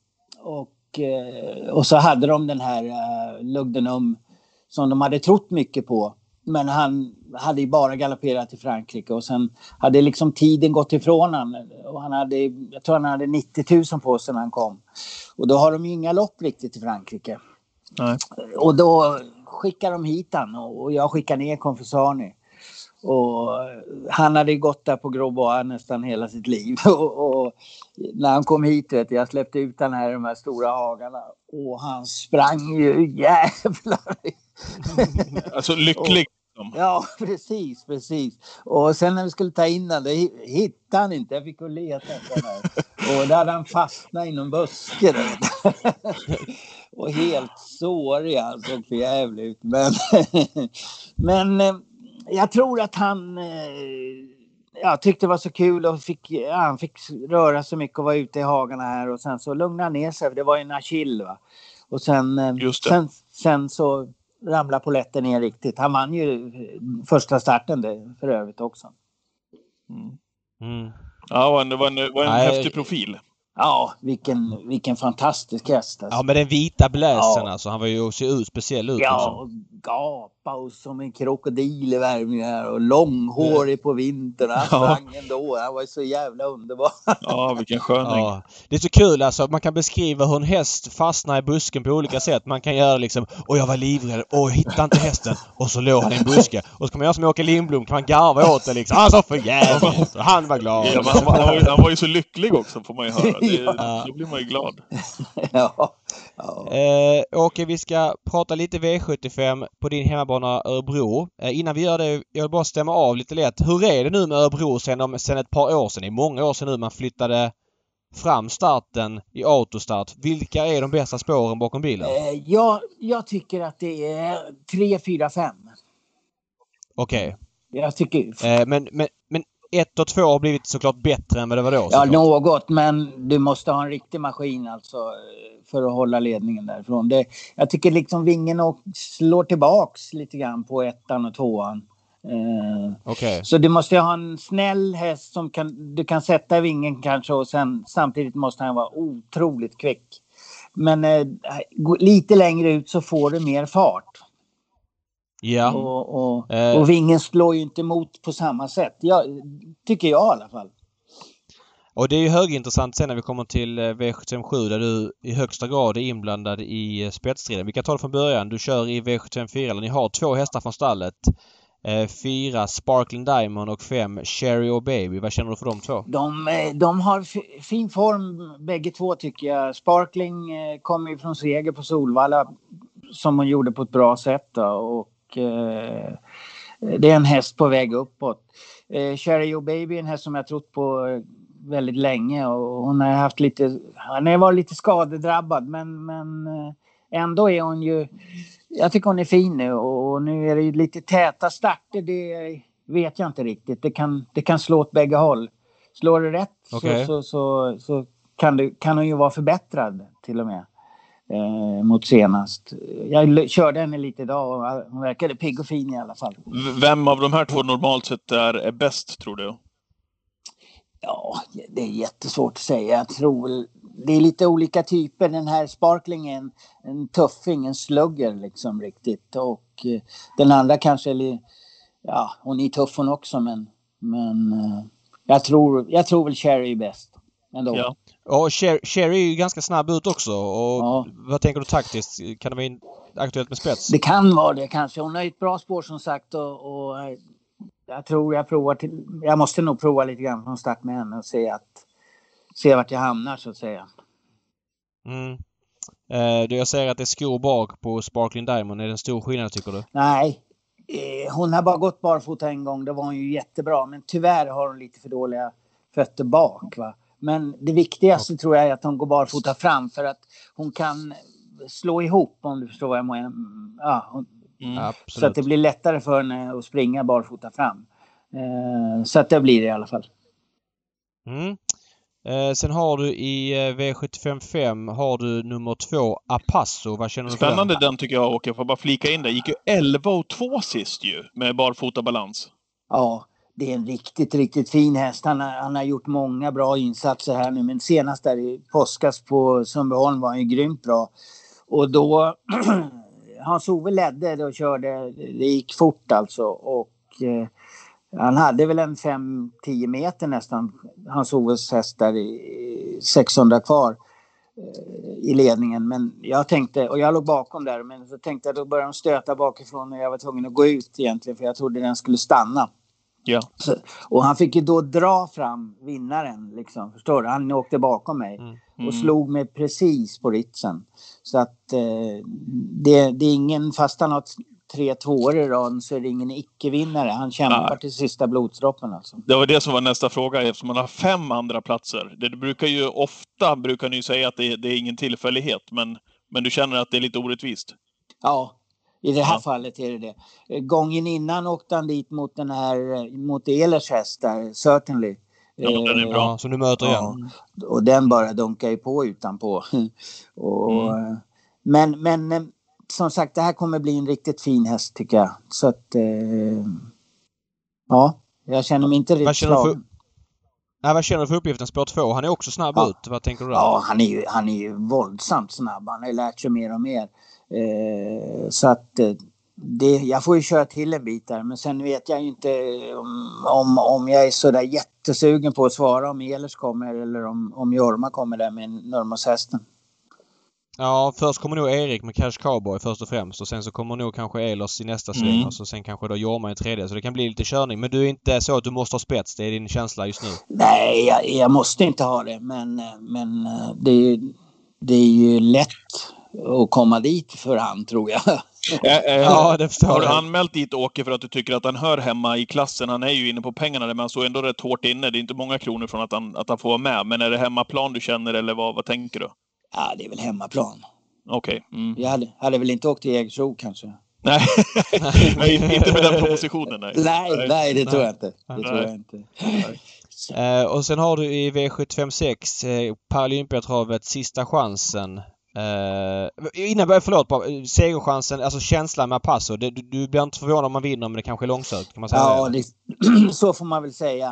Och så hade de den här Lugdenum som de hade trott mycket på. Men han hade ju bara galopperat i Frankrike och sen hade liksom tiden gått ifrån han. Och jag tror han hade 90 000 på sig när han kom. Och då har de ju inga lopp riktigt i Frankrike. Nej. Och då skickar de hit han och jag skickar ner Confessani. Och han hade gått där på Grosbois nästan hela sitt liv. Och när han kom hit, jag släppte ut han här i de här stora hagarna. Och han sprang ju jävlar. Alltså lycklig. Ja, precis. Och sen när vi skulle ta in den, hittade han inte. Jag fick gå leta efter här. Och där hade han fastnat i någon buske. Och helt sårig, han såg för jävligt ut. Men jag tror att han tyckte det var så kul och han fick röra så mycket och vara ute i hagarna här. Och sen så lugnade han ner sig, för det var en Achille, va. Och sen så ramlade poletten ner riktigt. Han vann ju första starten för övrigt också. Ja, det var en häftig profil. Ja, vilken fantastisk häst. Alltså. Ja, med den vita bläsen alltså. Han var ju speciell ut. Ja, och gapa och som en krokodil i värmningar och långhårig på vintern. Han sprang ändå. Han var så jävla underbar. Ja, vilken sköning. Ja. Det är så kul alltså. Man kan beskriva hur en häst fastnar i busken på olika sätt. Man kan göra liksom, jag var livrädd. Jag hittade inte hästen. Och så låg han i en buske. Och så kan man göra som Åke Lindblom. Kan man garva åt det liksom. Alltså för jävligt. Och han var glad. Ja, han var ju så lycklig också, får man ju höra. Då blir man ju glad. Ja. Åke, vi ska prata lite V75 på din hemmabana Örebro. Innan vi gör det, jag vill bara stämma av lite lätt. Hur är det nu med Örebro sen ett par år sedan? Det är många år sedan nu man flyttade fram starten i autostart. Vilka är de bästa spåren bakom bilen? Jag tycker att det är 3, 4, 5. Okej. Jag tycker... Men 1 och 2 har blivit såklart bättre än vad det var då. Ja, såklart. något, men du måste ha en riktig maskin alltså för att hålla ledningen därifrån. Jag tycker liksom vingen slår tillbaks lite grann på 1:an och 2:an. Okej. Så du måste ha en snäll häst som du kan sätta i vingen kanske, och sen samtidigt måste han vara otroligt kvick. Men lite längre ut så får du mer fart. Ja. Och vingen slår ju inte emot på samma sätt. Tycker jag i alla fall. Och det är ju högintressant sen när vi kommer till V757 där du i högsta grad är inblandad i spetsstriden. Vi kan ta det från början. Du kör i V754. Ni har 2 hästar från stallet. 4 Sparkling Diamond och 5 Cherry och Baby. Vad känner du för de 2? De har fin form bägge två tycker jag. Sparkling kommer ju från seger på Solvalla som hon gjorde på ett bra sätt då, och det är en häst på väg uppåt. Cherry och Baby är en häst som jag trott på väldigt länge, och hon har varit lite skadedrabbad, men ändå är hon ju, jag tycker hon är fin nu, och nu är det ju lite täta starter, det vet jag inte riktigt. Det kan slå åt bägge håll. Slår det rätt så kan hon ju vara förbättrad till och med mot senast. Jag körde henne lite idag och hon verkade pigg och fin i alla fall. Vem av de här 2 normalt sett är bäst, tror du? Ja, det är jättesvårt att säga. Jag tror det är lite olika typer. Den här Sparkling är en tuffing, en slugger liksom riktigt. Och den andra kanske hon är tuff hon också, men jag tror väl Cherry är bäst ändå. Ja. Och Cherry är ju ganska snabb ut också. Och vad tänker du taktiskt? Kan det vara aktuellt med spets? Det kan vara det kanske. Hon har ett bra spår som sagt, och jag tror jag måste nog prova lite grann från start med henne och se vart jag hamnar så att säga. Jag säger att det är skor bak på Sparkling Diamond. Är det en stor skillnad tycker du? Nej, hon har bara gått barfota en gång. Det var hon ju jättebra, men tyvärr har hon lite för dåliga fötter bak va. Men det viktigaste tror jag är att hon går barfota fram, för att hon kan slå ihop, om du förstår vad jag menar. Ja, så att det blir lättare för henne att springa barfota fram. Så att det blir det i alla fall. Sen har du i V755 har du nummer 2 Apasso. Vad känner du för Spännande den tycker jag, Åke. Jag får bara flika in det. Gick ju 11-2 sist ju med barfota balans. Ja, det är en riktigt, riktigt fin häst. Han har gjort många bra insatser här nu. Men senast där i påskas på Sundbyholm var han ju grymt bra. Och då Hans-Ove ledde och körde. Det gick fort alltså. Och han hade väl en 5-10 meter nästan. Hans-Oves häst där i 600 kvar i ledningen. Men jag tänkte, och jag låg bakom där. Men så tänkte jag då började de stöta bakifrån. Och jag var tvungen att gå ut egentligen. För jag trodde den skulle stanna. Ja. Och han fick ju då dra fram vinnaren liksom, förstår du? Han åkte bakom mig och slog mig precis på ritsen. Så att det är ingen, fast han har 3-2 i rad så är det ingen icke-vinnare. Han kämpar till sista blodsdroppen alltså. Det var det som var nästa fråga, eftersom man har 5 andra platser. Det brukar ni säga att det är ingen tillfällighet, men du känner att det är lite orättvist? Ja. I det här fallet är det. Gången innan åkte han dit mot Ehlers häst där, Certainly. Ja, men den är bra. Ja, som du möter igen. Och den bara dunkar ju på utanpå. Men som sagt, det här kommer bli en riktigt fin häst tycker jag. Så att jag känner mig inte riktigt slagen. Vad känner du för uppgiften spår 2? Han är också snabb ut. Vad tänker du där? Ja, han är ju våldsamt snabb. Han har lärt sig mer och mer. Så att jag får ju köra till en bit där. Men sen vet jag ju inte om jag är så där jättesugen på att svara om Ehlers kommer eller om Jorma kommer där med Nurmos-hästen. Ja, först kommer nog Erik med Cash Cowboy först och främst. Och sen så kommer nog kanske Ehlers i nästa sväng. Och så sen kanske då Jorma i tredje. Så det kan bli lite körning. Men du är inte så att du måste ha spets. Det är din känsla just nu. Nej, jag måste inte ha det. Men det är ju lätt att komma dit för han, tror jag. Ja, det förstår jag. Har du anmält dit Åke för att du tycker att han hör hemma i klassen? Han är ju inne på pengarna där, men han så ändå rätt hårt inne. Det är inte många kronor från att han får vara med. Men är det hemmaplan du känner eller vad tänker du? Ja, det är väl hemmaplan. Okej. Jag hade väl inte åkt till Jägersro kanske. Nej, inte med den propositionen. Nej, det tror jag inte. Det tror jag inte. Och sen har du i V756 Paralympiatravet sista chansen. Segerchansen, alltså känslan med Passo. Du blir inte förvånad om man vinner, men det kanske är långsökt, kan man säga. Ja, så får man väl säga.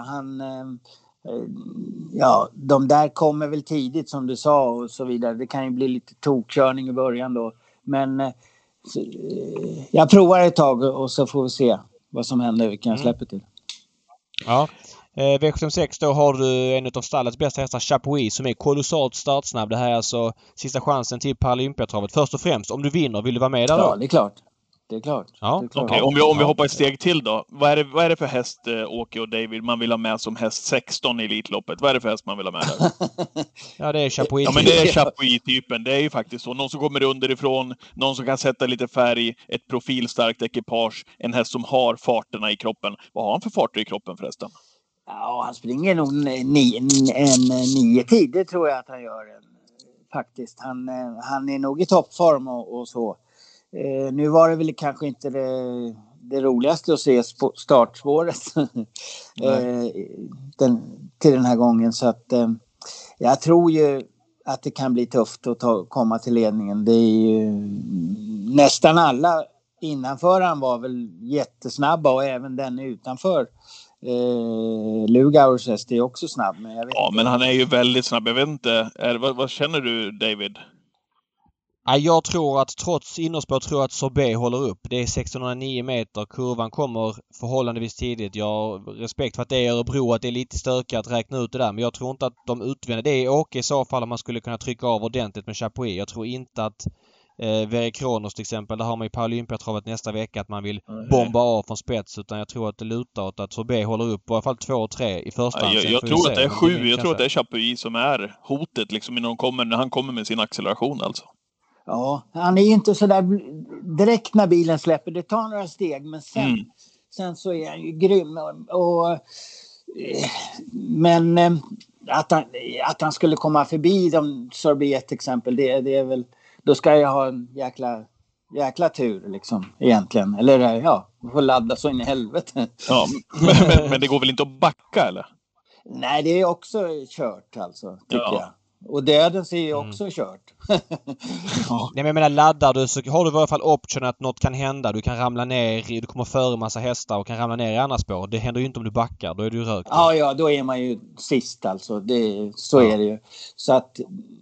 De där kommer väl tidigt som du sa och så vidare. Det kan ju bli lite tokkörning i början då. Men jag provar ett tag och så får vi se vad som händer, vilken jag släpper till. Ja. V76 då har du en av stallets bästa hästar, Chapuis, som är kolossalt startsnabb. Det här är alltså sista chansen till Paralympiatravet. Först och främst, om du vinner, vill du vara med där då? Ja, det är klart. Ja. Okej, om vi hoppar ett steg till då. Vad är det för häst, Åke och David, man vill ha med som häst 16 i Elitloppet? Vad är det för häst man vill ha med där? Ja, det är Chapuis. Ja, men det är Chapuis-typen. Det är ju faktiskt så. Någon som kommer underifrån, någon som kan sätta lite färg, ett profilstarkt ekipage, en häst som har farterna i kroppen. Vad har han för farter i kroppen förresten? Ja, han springer nog en 9 tid, det tror jag att han gör. Faktiskt. Han är nog i toppform och så. Nu var det väl kanske inte det roligaste att se startspåret till den här gången. Så att jag tror ju att det kan bli tufft att komma till ledningen. Det är ju nästan alla innanför han var väl jättesnabba, och även den utanför. Lugauers häst är också snabb. Men jag vet inte. Men han är ju väldigt snabb. Jag vet inte. Vad känner du, David? Jag tror att trots innerspår tror jag att Sorbet håller upp. Det är 1609 meter. Kurvan kommer förhållandevis tidigt. Jag har respekt för att det är Örebro, att det är lite stökigt att räkna ut det där. Men jag tror inte att de utvinner. Det är Åke i så fall om man skulle kunna trycka av ordentligt med Chapuis. Jag tror inte att Verre Kronos till exempel, där har man ju Paralympiatravet nästa vecka, att man vill bomba av från spets, utan jag tror att det lutar åt att Sorbet håller upp i alla fall 2 och 3 i första hand. Jag tror att det är 7. Jag tror att det är Chapuis som är hotet liksom när han kommer med sin acceleration alltså. Ja, han är ju inte så där direkt när bilen släpper. Det tar några steg, men sen så är han ju grym. Men att han skulle komma förbi Sorbet till exempel, det är väl, då ska jag ha en jäkla tur liksom egentligen. Eller får ladda så in i helvete. Ja, men det går väl inte att backa eller? Nej, det är också kört alltså, tycker jag. Och döden ser ju också kört. Nej, men jag menar, laddar du så har du i alla fall option att något kan hända. Du kan ramla ner, du kommer före massa hästar och kan ramla ner i andra spår. Det händer ju inte om du backar, då är du rökt. Ja, då är man ju sist alltså. Så är det ju. Så att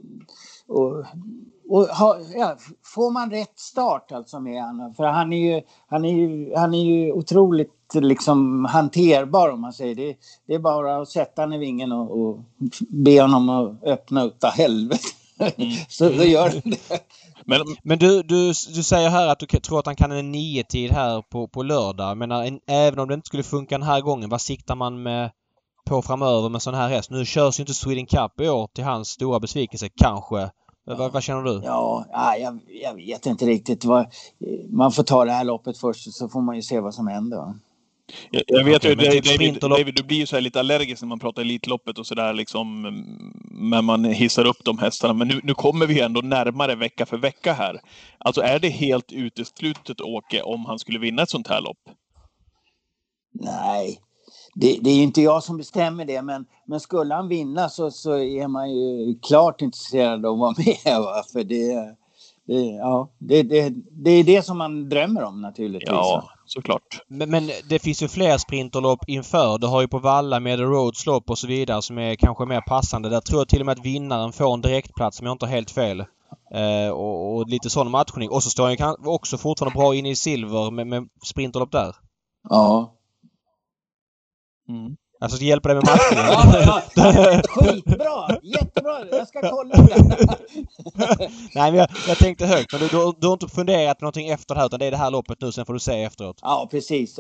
får man rätt start alltså med honom, för han är ju otroligt liksom hanterbar, om man säger det är bara att sätta han i vingen och be honom att öppna ut av helvete. Så då gör det. Men du säger här att du tror att han kan en 9-tid här på lördag. Men även om det inte skulle funka den här gången, vad siktar man på framöver med sån här häst? Nu körs ju inte Sweden Cup i år, till hans stora besvikelse kanske. Vad känner du? Ja, jag vet inte riktigt. Man får ta det här loppet först, så får man ju se vad som händer. Va? Jag vet ju, David, du blir ju så här lite allergisk när man pratar Elitloppet och sådär liksom, när man hissar upp de hästarna. Men nu kommer vi ändå närmare vecka för vecka här. Alltså är det helt uteslutet, Åke, om han skulle vinna ett sånt här lopp? Nej, det är ju inte jag som bestämmer det, men skulle han vinna så är man ju klart intresserad av att vara med. Va? För det är det som man drömmer om naturligtvis. Ja, såklart. Men det finns ju fler sprinterlopp inför. Du har ju på Valla med Roads lopp och så vidare som är kanske mer passande. Där tror jag till och med att vinnaren får en direktplats, som jag inte har helt fel. Och lite sån matchning. Och så står han också fortfarande bra in i silver med sprinterlopp där. Ja. Alltså det hjälper dig med matchen. Ja, skitbra! Jättebra! Jag ska kolla det. Nej, men jag tänkte högt. Men du har inte funderat på någonting efter det här, utan det är det här loppet nu, sen får du se efteråt. Ja, precis.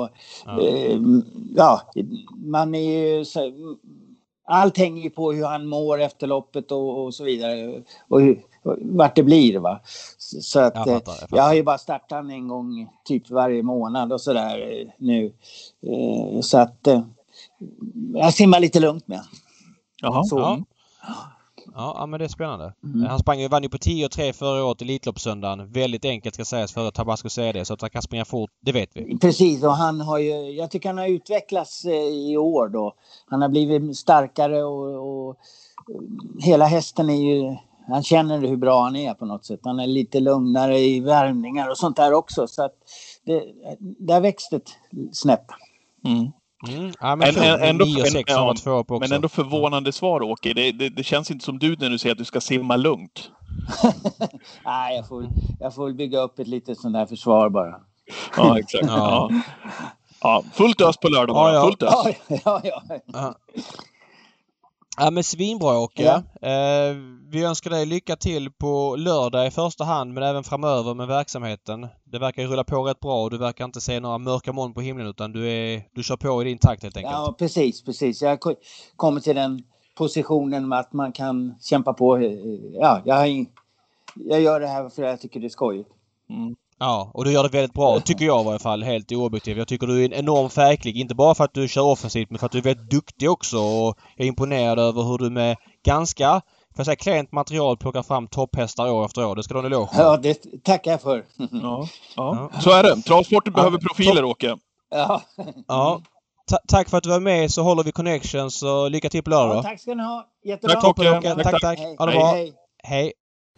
Man är ju så, allt hänger ju på hur han mår efter loppet och så vidare. Och vart det blir, va? Så att jag fattar. Jag har ju bara startat han en gång typ varje månad och sådär nu. Så att jag simmar lite lugnt med. Jaha. Så. Ja, men det är spännande. Han vann ju på 10,3 förra året i Elitloppssöndagen. Väldigt enkelt ska sägas före Tabasco CD, så att han kan springa fort, det vet vi. Precis, och jag tycker han har utvecklats i år då. Han har blivit starkare och hela hästen är ju... Han känner hur bra han är på något sätt. Han är lite lugnare i värmningar och sånt där också. Så att där växte ett snäpp. Ja, men ändå förvånande svar, Åke. Det känns inte som du när du säger att du ska simma lugnt. Nej, jag får bygga upp ett litet sånt där försvar bara. Ja, exakt. Ja, fullt ös på lördag bara. Ja. Fullt ös. Ja, men svinbra, Åke. Ja. Vi önskar dig lycka till på lördag i första hand, men även framöver med verksamheten. Det verkar ju rulla på rätt bra och du verkar inte se några mörka moln på himlen, utan du kör på i din takt helt enkelt. Ja, precis. Jag kommer till den positionen med att man kan kämpa på. Ja, jag gör det här för att jag tycker det är skojigt. Ja, och du gör det väldigt bra, tycker jag i varje fall, helt oobjektiv. Jag tycker du är en enorm färgklig, inte bara för att du kör offensivt, men för att du är väldigt duktig också. Och jag är imponerad över hur du med ganska, klent material plockar fram topphästar år efter år. Det ska du ha en eloge. Ja, det tackar jag för. Ja. Så är det. Travsporten behöver profiler, Åke. Ja. Tack för att du var med, så håller vi connections och lycka till på lördag. Ja, tack ska ni ha. Jättebra. Tack, Åke. Tack. Ha det bra. Hej.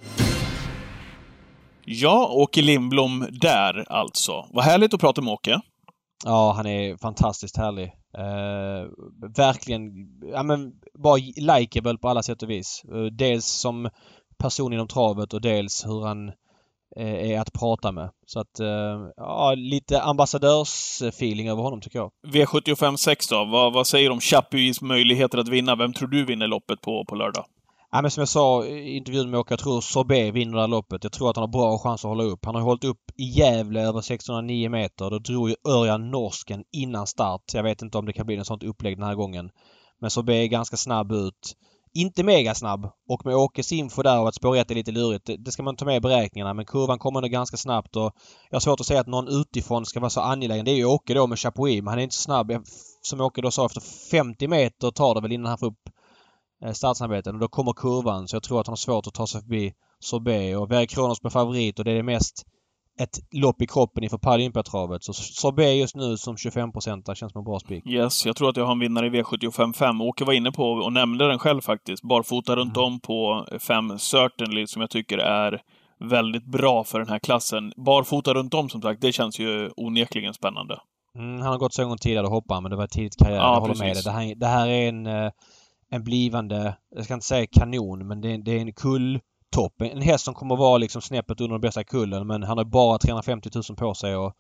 Ja, Åke Lindblom där alltså. Vad härligt att prata med Åke. Ja, han är fantastiskt härlig. Verkligen, bara likeable på alla sätt och vis. Dels som person inom travet och dels hur han är att prata med. Så att, lite ambassadörsfeeling över honom tycker jag. V75 6 då, vad säger du om Chapuis möjligheter att vinna? Vem tror du vinner loppet på lördag? Ja, men som jag sa i intervjun med Åke, jag tror Sorbet vinner det här loppet. Jag tror att han har bra chans att hålla upp. Han har hållit upp i Gävle över 609 meter. Då drog ju Örjan norsken innan start. Jag vet inte om det kan bli en sånt upplägg den här gången. Men Sorbet är ganska snabb ut. Inte mega snabb. Och med Åkes info där och att spåret är lite lurigt. Det ska man ta med i beräkningarna. Men kurvan kommer nog ganska snabbt. Och jag har svårt att säga att någon utifrån ska vara så angelägen. Det är ju Åke då med Chapuis. Men han är inte snabb. Som Åke då sa, efter 50 meter tar det väl innan han får upp startsnabheten, och då kommer kurvan, så jag tror att han har svårt att ta sig förbi Sorbet. Och Verre Kronos med favorit, och det är mest ett lopp i kroppen inför Paralympiatravet. Så Sorbet just nu som 25% känns som en bra spik. Yes, jag tror att jag har en vinnare i V75-5. Åke var inne på och nämnde den själv faktiskt. Barfota runt om på 5 Certainly, som jag tycker är väldigt bra för den här klassen. Barfota runt om, som sagt, det känns ju onekligen spännande. Han har gått så en gång tidigare och hoppat, men det var tidigt karriär. Ja, jag håller med dig. Det här är en blivande, jag ska inte säga kanon, men det är en kulltopp. En häst som kommer att vara liksom snäppet under den bästa kullen, men han har bara 350 000 på sig och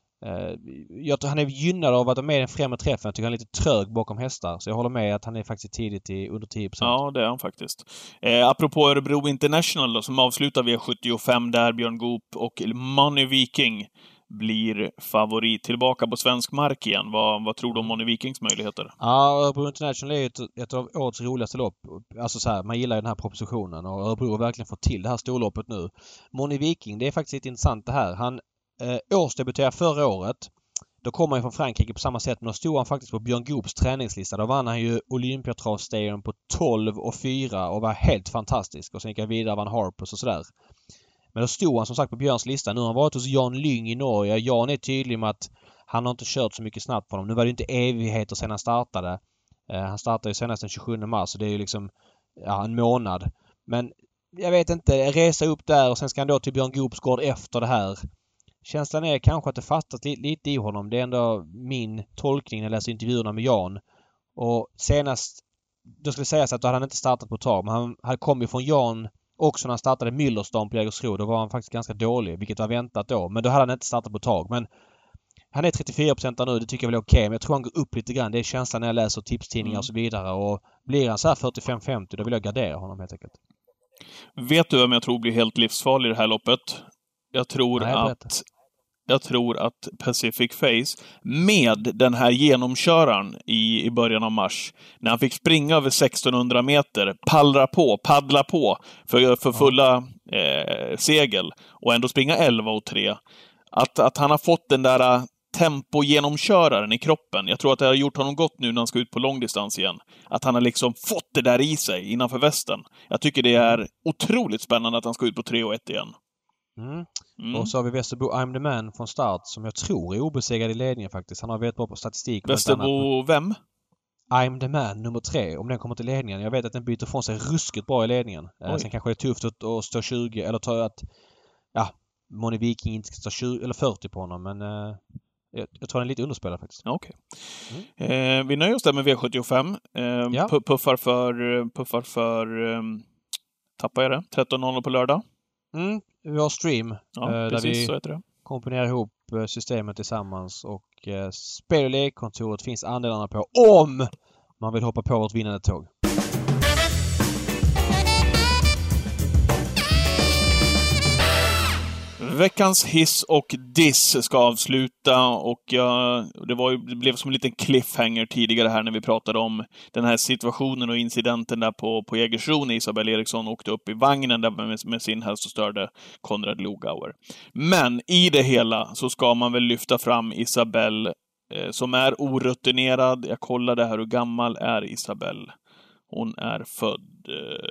jag tror han är gynnad av att de är den främre träffen. Jag tycker han är lite trög bakom hästar, så jag håller med att han är faktiskt tidigt under 10%. Ja, det är han faktiskt. Apropå Örebro International då, som avslutar V75 där Björn Goop och Money Viking blir favorit. Tillbaka på svensk mark igen. Vad tror du om Money Vikings möjligheter? Ja, Örebro International är ett av årets roligaste lopp. Alltså så här, man gillar ju den här propositionen och Örebro har verkligen fått till det här storloppet nu. Money Viking, det är faktiskt lite intressant det här. Han årsdebuterade förra året. Då kom han från Frankrike på samma sätt, men då stod han faktiskt på Björn Goops träningslista. Då vann han ju Olympiatravstadion på 12,4 och var helt fantastisk. Och sen gick han vidare, vann Harpers och sådär. Men då stod han som sagt på Björns lista. Nu har han varit hos Jan Lyng i Norge. Jan är tydlig med att han har inte kört så mycket snabbt för honom. Nu var det inte evigheter sedan han startade. Han startade ju senast den 27 mars, så det är ju liksom en månad. Men jag vet inte, resa upp där och sen ska han då till Björn Goops gård efter det här. Känslan är kanske att det fattas lite i honom. Det är ändå min tolkning när jag läser intervjuerna med Jan. Och senast, då skulle säga att då hade han inte startat på ett tag. Men han hade kommit från Jan också när han startade Müllersdam på Jägersro. Då var han faktiskt ganska dålig, vilket var väntat då. Men då hade han inte startat på ett tag. Men han är 34% nu, det tycker jag väl är okej. Men jag tror han går upp lite grann. Det är känslan när jag läser tipstidningar och så vidare. Och blir han så här 45-50, då vill jag gardera honom helt enkelt. Vet du vem jag tror blir helt livsfarlig i det här loppet? Jag tror att Pacific Face med den här genomköraren i början av mars, när han fick springa över 1600 meter, paddla på för fulla segel och ändå springa 11,3. Att han har fått den där tempogenomköraren i kroppen. Jag tror att det har gjort honom gott nu när han ska ut på långdistans igen. Att han har liksom fått det där i sig innanför västen. Jag tycker det är otroligt spännande att han ska ut på 3:1 igen. Och så har vi Västerbo I'm the Man från start som jag tror är obesegrad i ledningen faktiskt. Han har väldigt bra på statistik. Västerbo vem? I'm the Man nummer 3. Om den kommer till ledningen. Jag vet att den byter från sig ruskigt bra i ledningen. Sen kanske det är tufft att stå 20 eller ta att Moni Viking inte ska stå 20 eller 40 på honom. Men jag tror den är lite underspelad faktiskt. Okej. Vi nöjer oss där med V75. Puffar för tappar jag det? 13:00 på lördag. Vi har stream. Ja, precis, där vi så heter det. komponerar ihop systemet tillsammans och spel- och lekkontoret finns andelarna på om man vill hoppa på vårt vinnande tåg. Veckans hiss och diss ska avsluta och det blev som en liten cliffhanger tidigare här när vi pratade om den här situationen och incidenten där på Jägersro när Isabelle Eriksson åkte upp i vagnen där med sin häst och störde Konrad Lugauer. Men i det hela så ska man väl lyfta fram Isabelle som är orutinerad. Jag kollade här, hur gammal är Isabelle? Hon är född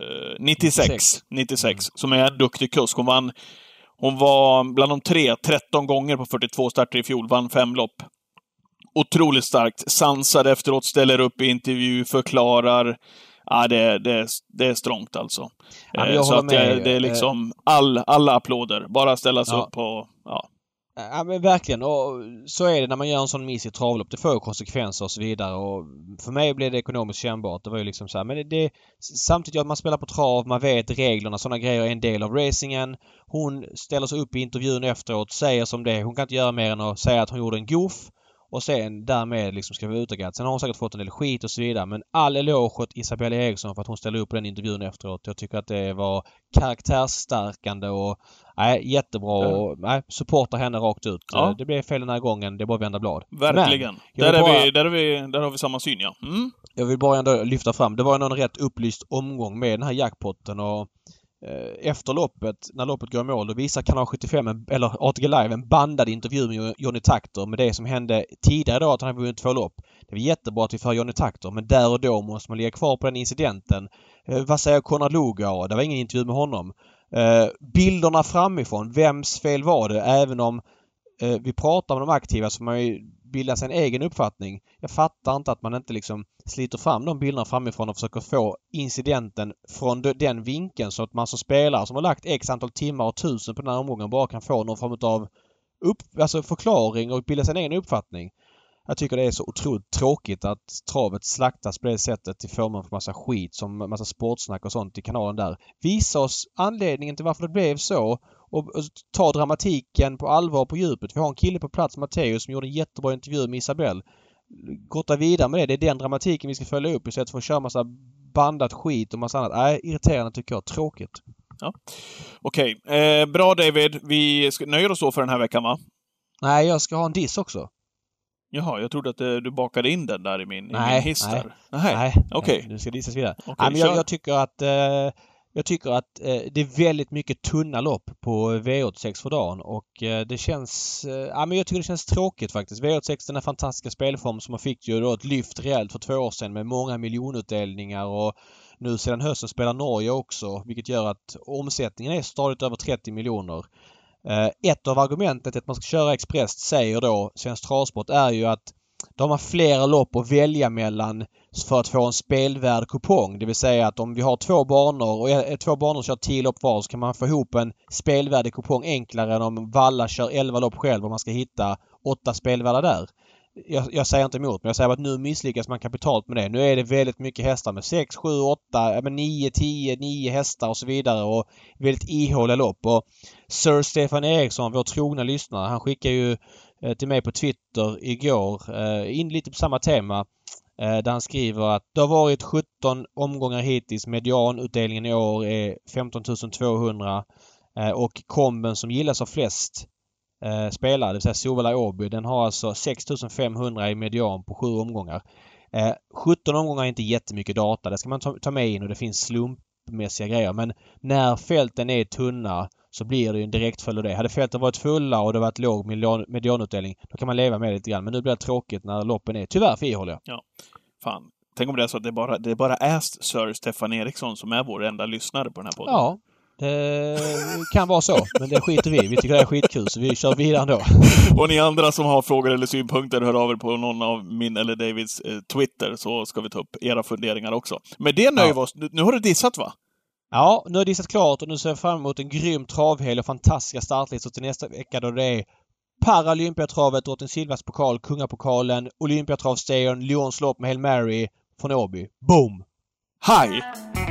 96, som är en duktig kusk. Hon var bland de 13 gånger på 42 starter i fjol, vann 5 lopp. Otroligt starkt. Sansad efteråt, ställer upp i intervju, förklarar. Ja, det är strångt alltså. Så att det är liksom alla applåder. Bara ställa sig upp på... Ja, men verkligen. Och så är det när man gör en sån miss i travlopp. Det får konsekvenser och så vidare. Och för mig blev det ekonomiskt kännbart. Det var ju liksom så här. Men samtidigt att man spelar på trav, man vet reglerna. Sådana grejer är en del av racingen. Hon ställer sig upp i intervjun efteråt, säger som det. Hon kan inte göra mer än att säga att hon gjorde en goof. Och sen därmed liksom ska vi utökat. Sen har hon säkert fått en del skit och så vidare. Men all eloge åt Isabelle Eriksson för att hon ställde upp på den intervjun efteråt. Jag tycker att det var karaktärsstärkande och jättebra. Och supportar henne rakt ut. Ja. Det blev fel den här gången. Det är bara att vända blad. Verkligen. Där har vi samma syn, ja. Jag vill bara ändå lyfta fram. Det var en rätt upplyst omgång med den här jackpotten och efter loppet, när loppet går i mål, då visar Kanal 75 eller ATG Live en bandad intervju med Johnny Takter med det som hände tidigare då, att han hade vunnit 2 lopp. Det var jättebra att vi får Johnny Takter, men där och då måste man ligga kvar på den incidenten. Vad säger Konrad Lugauer? Det var ingen intervju med honom. Bilderna framifrån, vems fel var det? Även om vi pratar om de aktiva så man ju bilda sig en egen uppfattning. Jag fattar inte att man inte liksom sliter fram de bilderna framifrån och försöker få incidenten från den vinkeln så att man som spelare som har lagt x antal timmar och 1000 på den här omgången bara kan få någon form av förklaring och bilda sig en egen uppfattning. Jag tycker det är så otroligt tråkigt att travet slaktas på det sättet till förmån för massa skit som massa sportsnack och sånt i kanalen där. Visa oss anledningen till varför det blev så och ta dramatiken på allvar på djupet. Vi har en kille på plats, Matteus, som gjorde en jättebra intervju med Isabelle. Gotta vidare med det. Det är den dramatiken vi ska följa upp istället för att köra massa bandat skit och massa annat. Irriterande tycker jag. Tråkigt. Ja. Okej. Bra David. Vi nöjer oss så för den här veckan, va? Nej, jag ska ha en diss också. Jaha, jag trodde att du bakade in den där i min hiss där. Nej. Okej. Du ska dissas vidare. Okay, men jag tycker att det är väldigt mycket tunna lopp på V86 för dagen och det känns... men jag tycker det känns tråkigt faktiskt. V86 den här fantastiska spelform som man fick ju då ett lyft rejält för 2 år sedan med många miljonutdelningar och nu sedan hösten spelar Norge också, vilket gör att omsättningen är stadigt över 30 miljoner. Ett av argumentet att man ska köra express, säger då Svensk Travsport, är ju att de har flera lopp att välja mellan för att få en spelvärd kupong. Det vill säga att om vi har 2 banor och 2 banor kör 10 lopp var så kan man få ihop en spelvärdig kupong enklare än om Valla kör 11 lopp själv och man ska hitta 8 spelvärda där. Jag säger inte emot, men jag säger att nu misslyckas man kapitalt med det. Nu är det väldigt mycket hästar med 6, 7, 8, 9, 10, 9 hästar och så vidare och väldigt ihåliga lopp. Och Sir Stefan Eriksson, vår trogna lyssnare, han skickade ju till mig på Twitter igår in lite på samma tema där han skriver att det har varit 17 omgångar hittills. Medianutdelningen i år är 15 200 och komben som gillas av flest spelare, det vill säga Sovela Åby, den har alltså 6 500 i median på 7 omgångar. 17 omgångar är inte jättemycket data. Det ska man ta med in och det finns slumpmässiga grejer. Men när fälten är tunna så blir det ju en direkt följd av det. Hade fälten varit fulla och det varit låg medianutdelning, då kan man leva med det lite grann. Men nu blir det tråkigt när loppen är tyvärr för ihålliga. Ja, fan. Tänk om det är så att det bara är Sir Stefan Eriksson som är vår enda lyssnare på den här podden. Ja, det kan vara så. Men det skiter vi. Vi tycker det är skitkul så vi kör vidare ändå. Och ni andra som har frågor eller synpunkter, hör av er på någon av min eller Davids Twitter, så ska vi ta upp era funderingar också. Men det nöjer vi oss. Nu har du dissat, va? Ja, nu har jag dissat klart och nu ser jag fram emot en grym travhelg och fantastiska startlistor till nästa vecka då det är Paralympiatravet, Drottning Silvias pokal, Kungapokalen, Olympiatravstegen, Lyons lopp med Hail Mary från Åby. Boom! Hej!